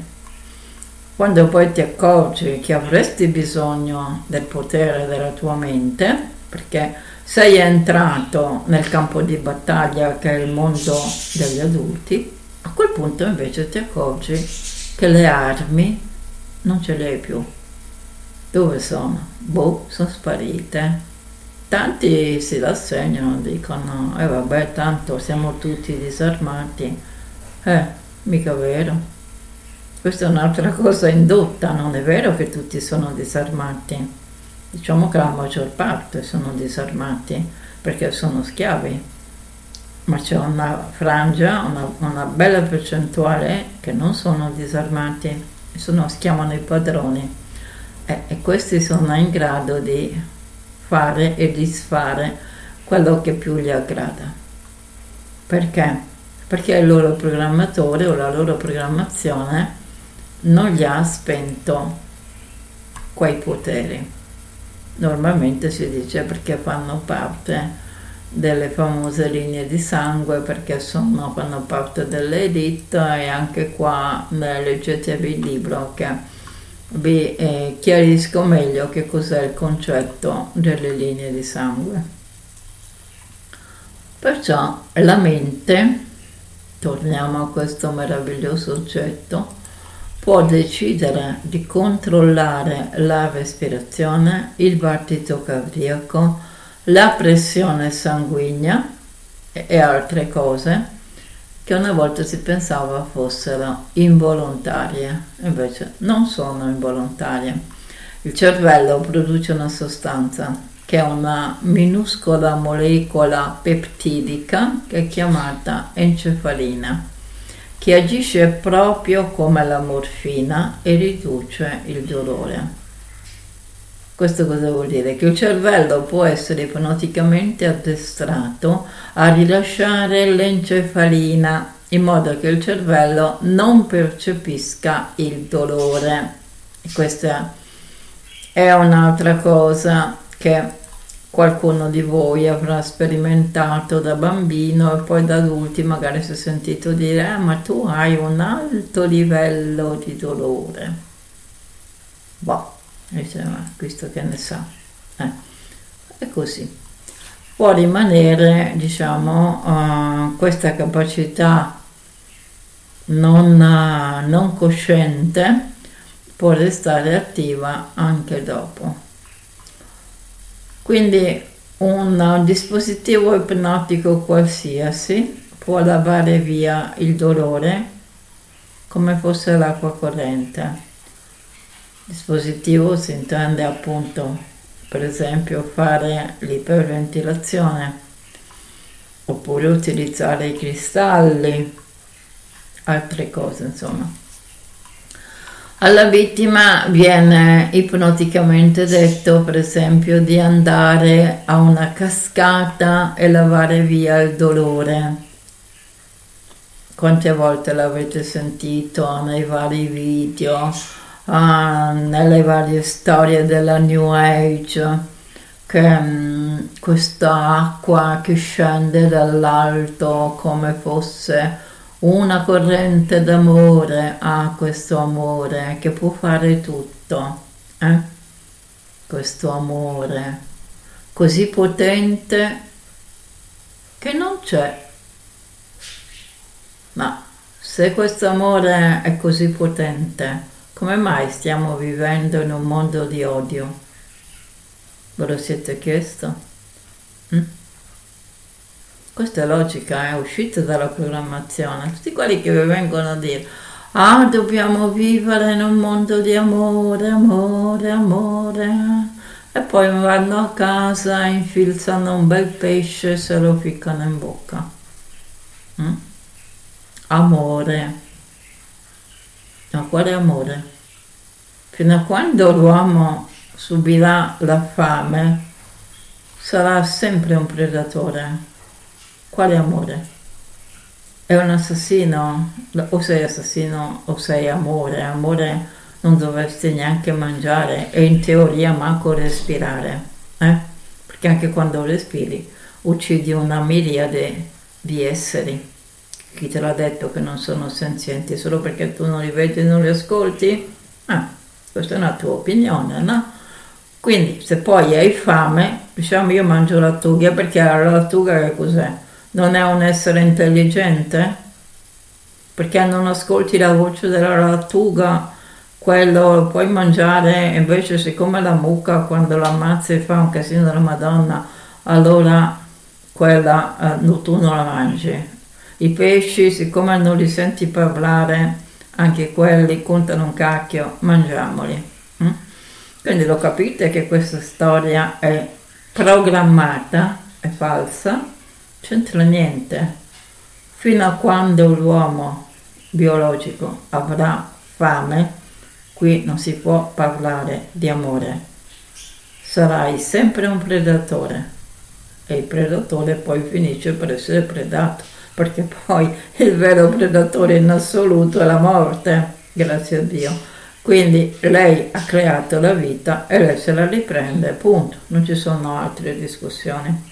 Quando poi ti accorgi che avresti bisogno del potere della tua mente, perché sei entrato nel campo di battaglia che è il mondo degli adulti, a quel punto invece ti accorgi che le armi non ce le hai più. Dove sono? Boh, sono sparite. Tanti si rassegnano, dicono, eh vabbè, tanto siamo tutti disarmati. Eh, mica vero. Questa è un'altra cosa indotta, non è vero che tutti sono disarmati. Diciamo che la maggior parte sono disarmati, perché sono schiavi. Ma c'è una frangia, una, una bella percentuale che non sono disarmati, sono, si chiamano i padroni. Eh, e questi sono in grado di fare e disfare quello che più gli aggrada. Perché? Perché il loro programmatore o la loro programmazione non gli ha spento quei poteri. Normalmente si dice perché fanno parte delle famose linee di sangue, perché sono, fanno parte dell'elite, e anche qua leggetevi il libro che vi eh, chiarisco meglio che cos'è il concetto delle linee di sangue. Perciò la mente, torniamo a questo meraviglioso oggetto, può decidere di controllare la respirazione, il battito cardiaco, la pressione sanguigna e, e altre cose che una volta si pensava fossero involontarie, invece non sono involontarie. Il cervello produce una sostanza che è una minuscola molecola peptidica che è chiamata encefalina, che agisce proprio come la morfina e riduce il dolore. Questo cosa vuol dire? Che il cervello può essere ipnoticamente addestrato a rilasciare l'encefalina in modo che il cervello non percepisca il dolore. E questa è un'altra cosa che qualcuno di voi avrà sperimentato da bambino e poi da adulti magari si è sentito dire ah, ma tu hai un alto livello di dolore. Boh. Dice, ma questo che ne sa, eh, è così. Può rimanere, diciamo, uh, questa capacità non, uh, non cosciente può restare attiva anche dopo. Quindi un dispositivo ipnotico qualsiasi può lavare via il dolore come fosse l'acqua corrente. Dispositivo si intende appunto, per esempio, fare l'iperventilazione, oppure utilizzare i cristalli, altre cose, insomma. Alla vittima viene ipnoticamente detto, per esempio, di andare a una cascata e lavare via il dolore. Quante volte l'avete sentito nei vari video, ah, nelle varie storie della New Age, che um, questa acqua che scende dall'alto come fosse una corrente d'amore, ha questo amore che può fare tutto, eh? Questo amore così potente che non c'è. Ma se questo amore è così potente, come mai stiamo vivendo in un mondo di odio? Ve lo siete chiesto? Mm? Questa è logica, è uscita dalla programmazione. Tutti quelli che vi vengono a dire ah, dobbiamo vivere in un mondo di amore, amore, amore, e poi vanno a casa, infilzano un bel pesce e se lo ficcano in bocca. Mm? Amore. Ma quale amore? Fino a quando l'uomo subirà la fame, sarà sempre un predatore. Quale amore? È un assassino? O sei assassino o sei amore. Amore non dovresti neanche mangiare e in teoria manco respirare, eh? Perché anche quando respiri uccidi una miriade di esseri. Chi te l'ha detto che non sono senzienti solo perché tu non li vedi e non li ascolti? Ah, questa è una tua opinione, no? Quindi se poi hai fame, diciamo io mangio lattuga, perché la lattuga che cos'è? Non è un essere intelligente? Perché non ascolti la voce della lattuga, quello lo puoi mangiare, invece siccome la mucca quando la ammazzi fa un casino della Madonna, allora quella eh, tu non la mangi. I pesci, siccome non li senti parlare, anche quelli contano un cacchio, mangiamoli. Mm? Quindi lo capite che questa storia è programmata, è falsa, c'entra niente. Fino a quando l'uomo biologico avrà fame, qui non si può parlare di amore. Sarai sempre un predatore e il predatore poi finisce per essere predato, perché poi il vero predatore in assoluto è la morte, grazie a Dio. Quindi lei ha creato la vita e lei se la riprende, punto, non ci sono altre discussioni.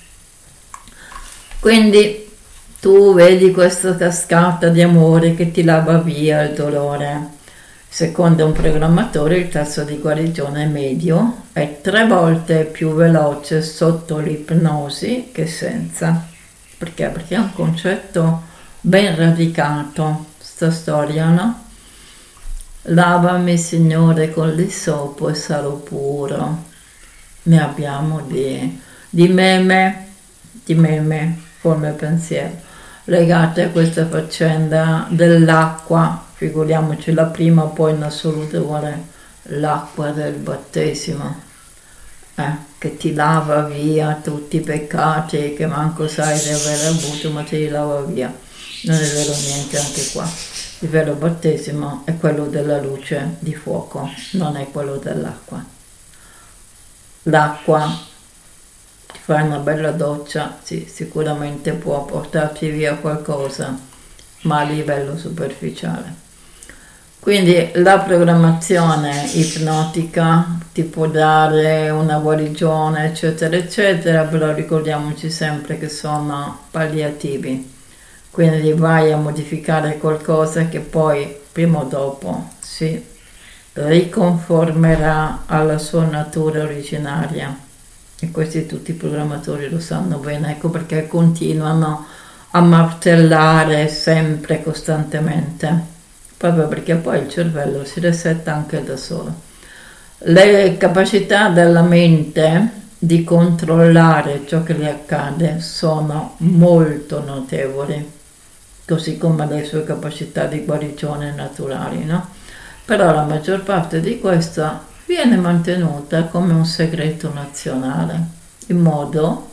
Quindi tu vedi questa cascata di amore che ti lava via il dolore. Secondo un programmatore il tasso di guarigione medio è tre volte più veloce sotto l'ipnosi che senza. Perché? Perché è un concetto ben radicato, sta storia, no? Lavami, Signore, con l'issopo e sarò puro. Ne abbiamo di, di meme, di meme, forme pensiero, legate a questa faccenda dell'acqua. Figuriamoci, la prima poi in assoluto vuole l'acqua del battesimo, eh, che ti lava via tutti i peccati che manco sai di aver avuto, ma ti lava via. Non è vero niente anche qua. Il vero battesimo è quello della luce di fuoco, non è quello dell'acqua. L'acqua, ti fai una bella doccia, sì, sicuramente può portarti via qualcosa, ma a livello superficiale. Quindi la programmazione ipnotica ti può dare una guarigione, eccetera, eccetera, però ricordiamoci sempre che sono palliativi. Quindi vai a modificare qualcosa che poi, prima o dopo, si riconformerà alla sua natura originaria. E questi tutti i programmatori lo sanno bene, ecco perché continuano a martellare sempre, costantemente. Proprio perché poi il cervello si resetta anche da solo. Le capacità della mente di controllare ciò che le accade sono molto notevoli, così come le sue capacità di guarigione naturali, no? Però la maggior parte di questa viene mantenuta come un segreto nazionale, in modo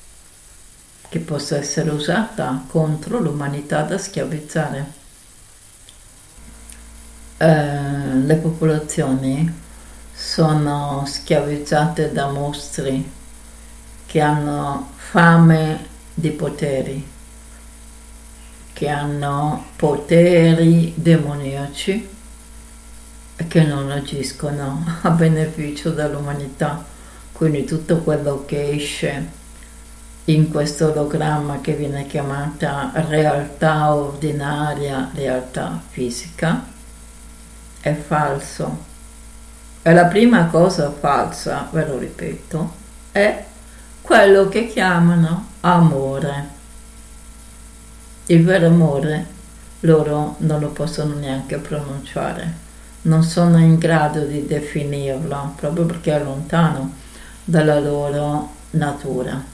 che possa essere usata contro l'umanità da schiavizzare. eh, le popolazioni sono schiavizzate da mostri che hanno fame di poteri, che hanno poteri demoniaci e che non agiscono a beneficio dell'umanità. Quindi tutto quello che esce in questo ologramma che viene chiamata realtà ordinaria, realtà fisica, è falso. E la prima cosa falsa, ve lo ripeto, è quello che chiamano amore. Il vero amore loro non lo possono neanche pronunciare, non sono in grado di definirlo, proprio perché è lontano dalla loro natura.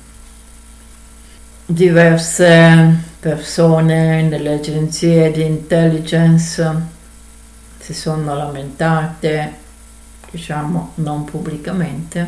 Diverse persone nelle agenzie di intelligence si sono lamentate, diciamo non pubblicamente,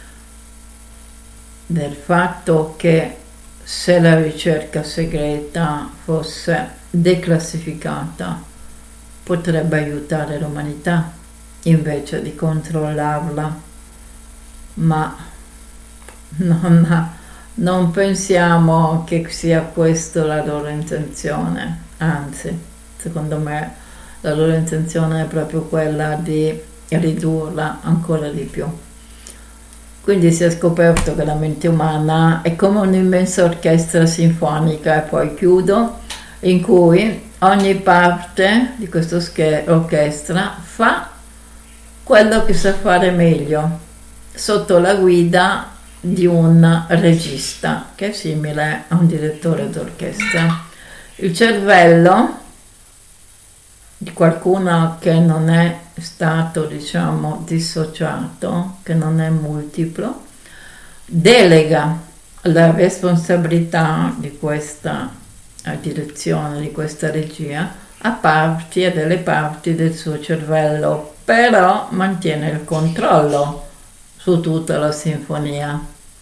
del fatto che se la ricerca segreta fosse declassificata potrebbe aiutare l'umanità invece di controllarla, ma non, non pensiamo che sia questa la loro intenzione, anzi, secondo me la loro intenzione è proprio quella di ridurla ancora di più. Quindi si è scoperto che la mente umana è come un'immensa orchestra sinfonica, e poi chiudo, in cui ogni parte di questa orchestra fa quello che sa fare meglio, sotto la guida di un regista, che è simile a un direttore d'orchestra. Il cervello di qualcuno che non è stato, diciamo, dissociato, che non è multiplo, delega la responsabilità di questa direzione, di questa regia, a parti e delle parti del suo cervello, però mantiene il controllo su tutta la sinfonia.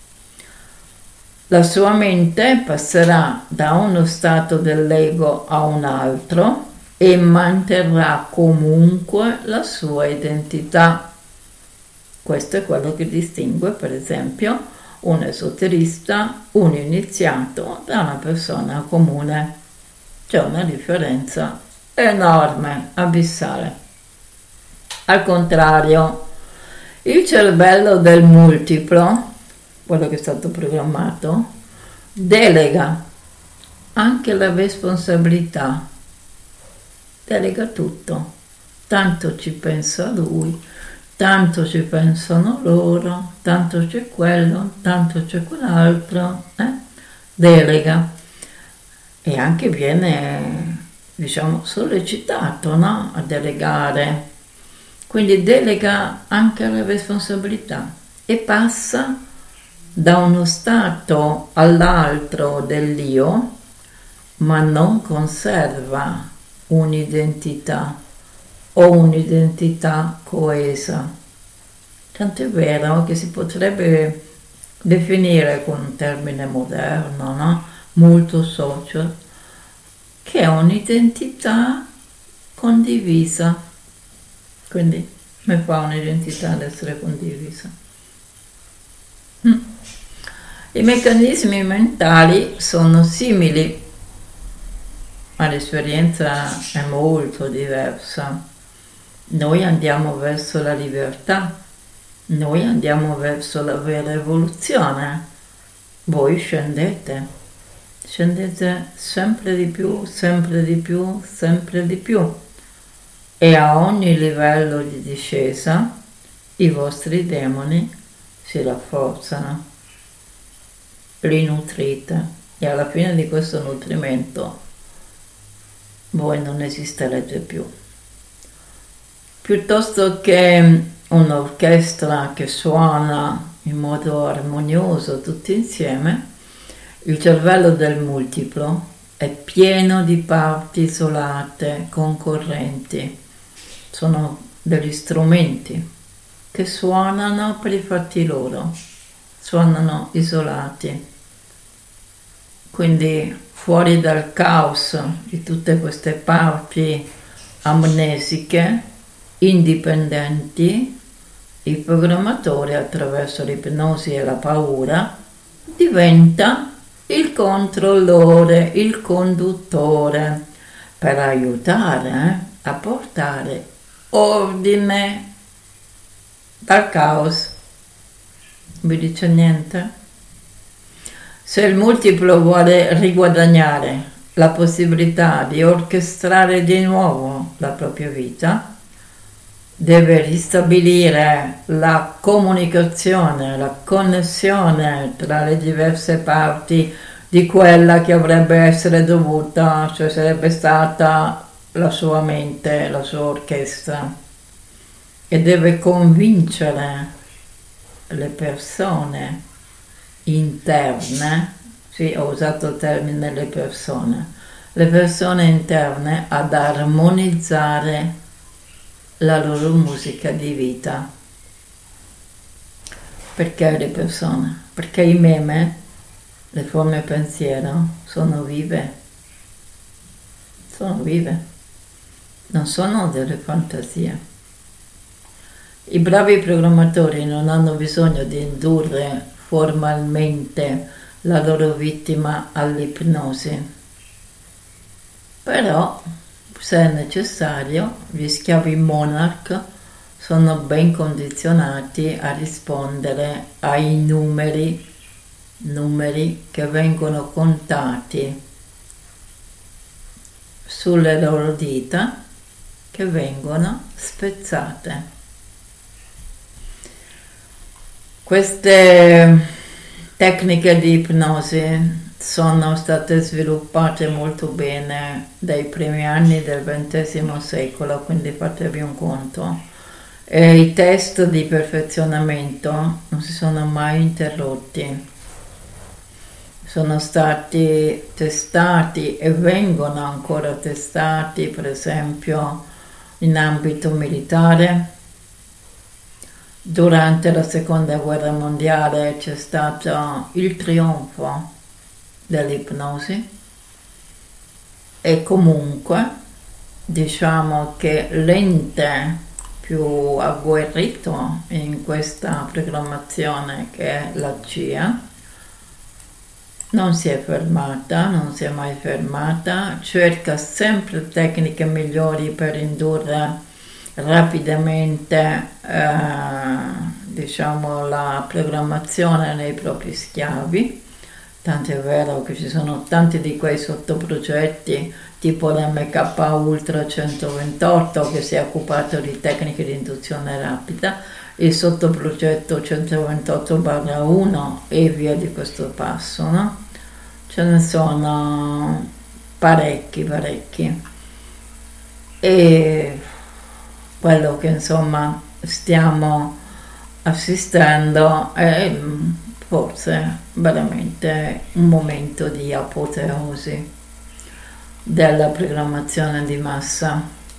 La sua mente passerà da uno stato dell'ego a un altro e manterrà comunque la sua identità. Questo è quello che distingue, per esempio, un esoterista, un iniziato, da una persona comune. C'è una differenza enorme, abissale. Al contrario, il cervello del multiplo, quello che è stato programmato, delega anche la responsabilità. Delega tutto, tanto ci pensa lui, tanto ci pensano loro, tanto c'è quello, tanto c'è quell'altro, eh? Delega. E anche viene, diciamo, sollecitato, no? A delegare. Quindi delega anche la responsabilità e passa da uno stato all'altro dell'io, ma non conserva un'identità o un'identità coesa. Tant'è vero che si potrebbe definire con un termine moderno, no? Molto social, che è un'identità condivisa. Quindi mi fa un'identità ad essere condivisa. Mm. I meccanismi mentali sono simili, ma l'esperienza è molto diversa. Noi andiamo verso la libertà, noi andiamo verso la vera evoluzione. Voi scendete, scendete sempre di più, sempre di più, sempre di più. E a ogni livello di discesa i vostri demoni si rafforzano, li nutrite e alla fine di questo nutrimento voi non esisterete più. Piuttosto che un'orchestra che suona in modo armonioso tutti insieme, il cervello del multiplo è pieno di parti isolate, concorrenti. Sono degli strumenti che suonano per i fatti loro, suonano isolati. Quindi fuori dal caos di tutte queste parti amnesiche, indipendenti, il programmatore attraverso l'ipnosi e la paura diventa il controllore, il conduttore per aiutare eh, a portare ordine dal caos. Vi dice niente? Se il multiplo vuole riguadagnare la possibilità di orchestrare di nuovo la propria vita, deve ristabilire la comunicazione, la connessione tra le diverse parti di quella che avrebbe essere dovuta, cioè sarebbe stata la sua mente, la sua orchestra, e deve convincere le persone interne, sì, ho usato il termine le persone, le persone interne ad armonizzare la loro musica di vita. Perché le persone? Perché i meme, le forme pensiero, sono vive, sono vive, non sono delle fantasie. I bravi programmatori non hanno bisogno di indurre formalmente la loro vittima all'ipnosi, però se è necessario gli schiavi monarch sono ben condizionati a rispondere ai numeri, numeri che vengono contati sulle loro dita, che vengono spezzate. Queste tecniche di ipnosi sono state sviluppate molto bene dai primi anni del ventesimo secolo, quindi fatevi un conto. E i test di perfezionamento non si sono mai interrotti. Sono stati testati e vengono ancora testati, per esempio, in ambito militare. Durante la seconda guerra mondiale c'è stato il trionfo dell'ipnosi e comunque diciamo che l'ente più agguerrito in questa programmazione, che è la C I A, non si è fermata, non si è mai fermata, cerca sempre tecniche migliori per indurre rapidamente eh, diciamo la programmazione nei propri schiavi, tanto è vero che ci sono tanti di quei sottoprogetti tipo l'M K Ultra centoventotto che si è occupato di tecniche di induzione rapida, il sottoprogetto centoventotto barra uno e via di questo passo, no? Ce ne sono parecchi parecchi e quello che insomma stiamo assistendo è forse veramente un momento di apoteosi della programmazione di massa.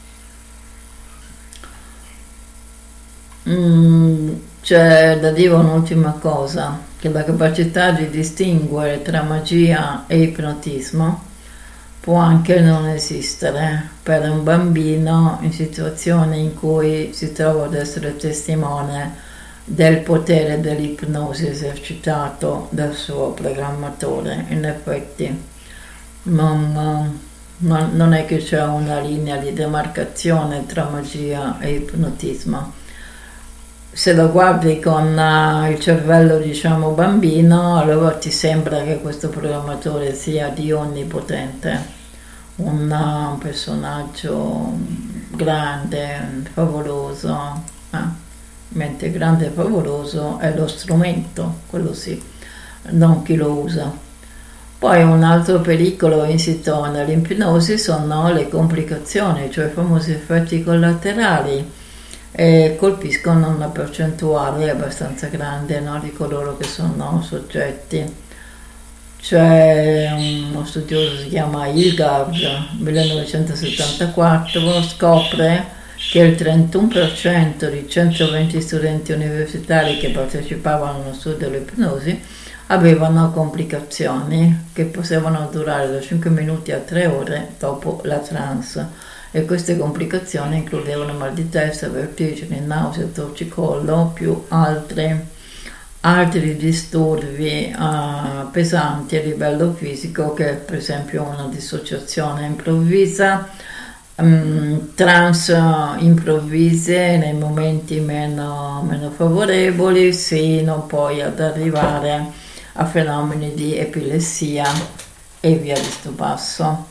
Mm, c'è da dire un'ultima cosa, che la capacità di distinguere tra magia e ipnotismo può anche non esistere per un bambino in situazioni in cui si trova ad essere testimone del potere dell'ipnosi esercitato dal suo programmatore. In effetti non, non, non è che c'è una linea di demarcazione tra magia e ipnotismo. Se lo guardi con uh, il cervello, diciamo, bambino, allora ti sembra che questo programmatore sia Dio onnipotente, un, uh, un personaggio grande, favoloso, eh? mentre grande e favoloso è lo strumento, quello sì, non chi lo usa. Poi un altro pericolo insito nell'ipnosi sono le complicazioni, cioè i famosi effetti collaterali, e colpiscono una percentuale abbastanza grande, no, di coloro che sono soggetti. C'è uno studioso, si chiama Hilgard, millenovecentosettantaquattro, scopre che il trentuno per cento di centoventi studenti universitari che partecipavano allo studio dell'ipnosi avevano complicazioni che potevano durare da cinque minuti a tre ore dopo la trance. e queste complicazioni includevano mal di testa, vertigini, nausea, torcicollo, più altri, altri disturbi uh, pesanti a livello fisico, che per esempio una dissociazione improvvisa, um, trans improvvise nei momenti meno, meno favorevoli, sino poi ad arrivare a fenomeni di epilessia e via di sto passo.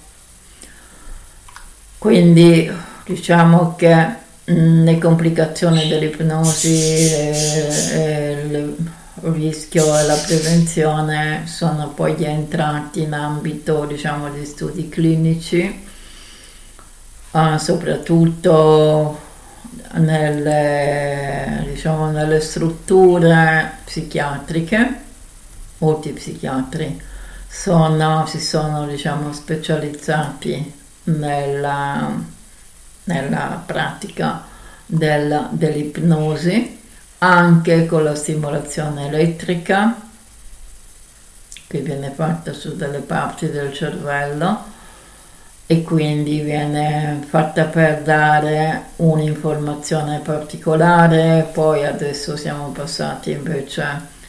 Quindi diciamo che mh, le complicazioni dell'ipnosi, eh, il rischio e la prevenzione sono poi entrati in ambito, diciamo, di studi clinici, eh, soprattutto nelle, diciamo, nelle strutture psichiatriche. Molti psichiatri sono, si sono, diciamo, specializzati nella, nella pratica del, dell'ipnosi, anche con la stimolazione elettrica che viene fatta su delle parti del cervello, e quindi viene fatta per dare un'informazione particolare. Poi adesso siamo passati invece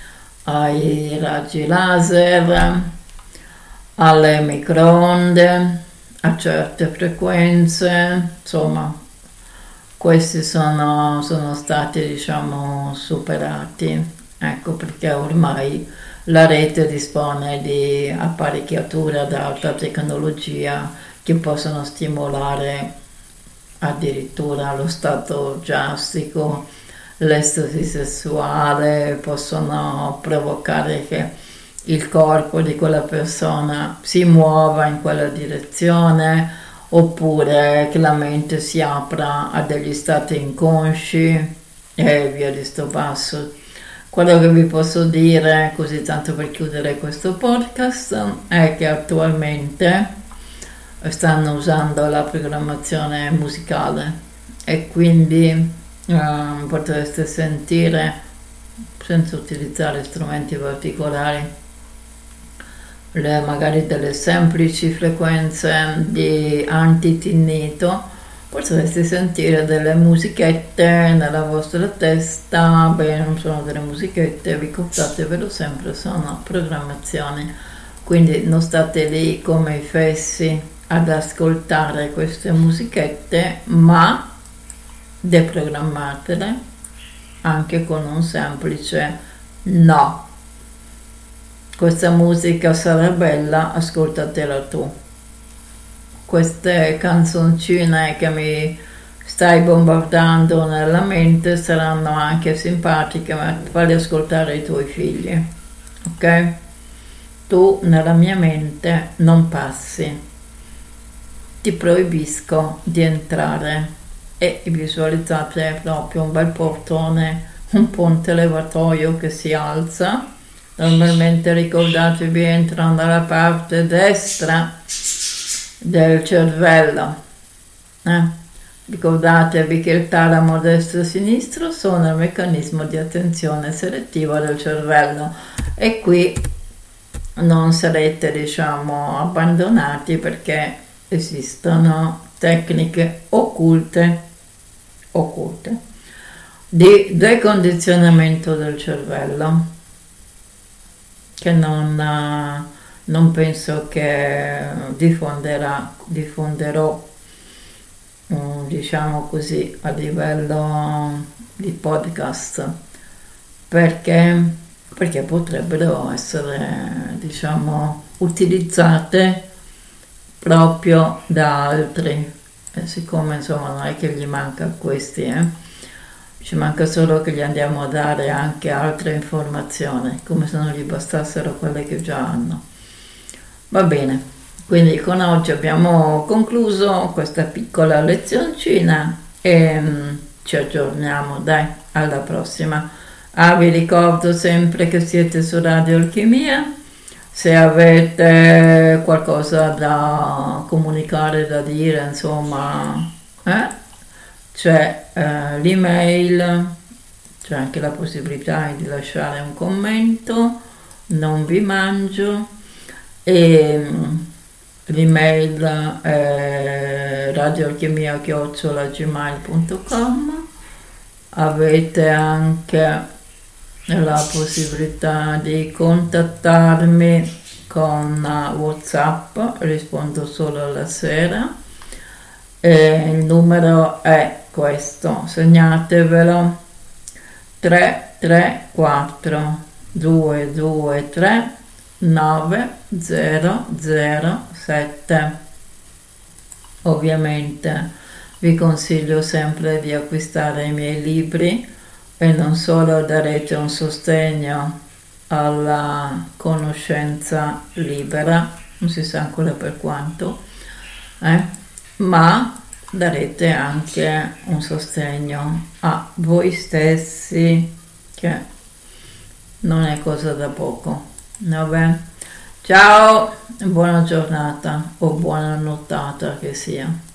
ai raggi laser, alle microonde, a certe frequenze, insomma questi sono, sono stati, diciamo, superati, ecco perché ormai la rete dispone di apparecchiature ad alta tecnologia che possono stimolare addirittura lo stato orgiastico, l'estasi sessuale, possono provocare che il corpo di quella persona si muova in quella direzione, oppure che la mente si apra a degli stati inconsci e via di sto passo. Quello che vi posso dire, così tanto per chiudere questo podcast, è che attualmente stanno usando la programmazione musicale e quindi um, potreste sentire, senza utilizzare strumenti particolari, le, magari delle semplici frequenze di antitinnito, potreste sentire delle musichette nella vostra testa. Beh, non sono delle musichette, ricordatevelo sempre, sono programmazioni, quindi non state lì come i fessi ad ascoltare queste musichette, ma deprogrammatele anche con un semplice no. Questa musica sarà bella, ascoltatela tu. Queste canzoncine che mi stai bombardando nella mente saranno anche simpatiche, ma falli ascoltare ai tuoi figli, ok? Tu nella mia mente non passi, ti proibisco di entrare. E visualizzate proprio un bel portone, un ponte levatoio che si alza. Normalmente ricordatevi, entrano dalla parte destra del cervello. Eh? Ricordatevi che il talamo destro e sinistro sono il meccanismo di attenzione selettiva del cervello, e qui non sarete, diciamo, abbandonati, perché esistono tecniche occulte, occulte di decondizionamento del cervello, che non, non penso che diffonderà, diffonderò, diciamo così, a livello di podcast, perché, perché potrebbero essere, diciamo, utilizzate proprio da altri, e siccome insomma non è che gli manca a questi, eh? Ci manca solo che gli andiamo a dare anche altre informazioni, come se non gli bastassero quelle che già hanno. Va bene, quindi con oggi abbiamo concluso questa piccola lezioncina e um, ci aggiorniamo, dai, alla prossima. Ah, vi ricordo sempre che siete su Radio Alchimia. Se avete qualcosa da comunicare, da dire, insomma, eh? c'è eh, l'email, c'è anche la possibilità di lasciare un commento, non vi mangio, e l'email è radioalchimia chiocciola gmail punto com. Avete anche la possibilità di contattarmi con WhatsApp, rispondo solo alla sera, e il numero è questo, segnatevelo: tre tre quattro due due tre nove zero zero sette. Ovviamente vi consiglio sempre di acquistare i miei libri, e non solo darete un sostegno alla conoscenza libera, non si sa ancora per quanto, eh, ma darete anche un sostegno a voi stessi, che non è cosa da poco. Vabbè, ciao, buona giornata o buona nottata che sia.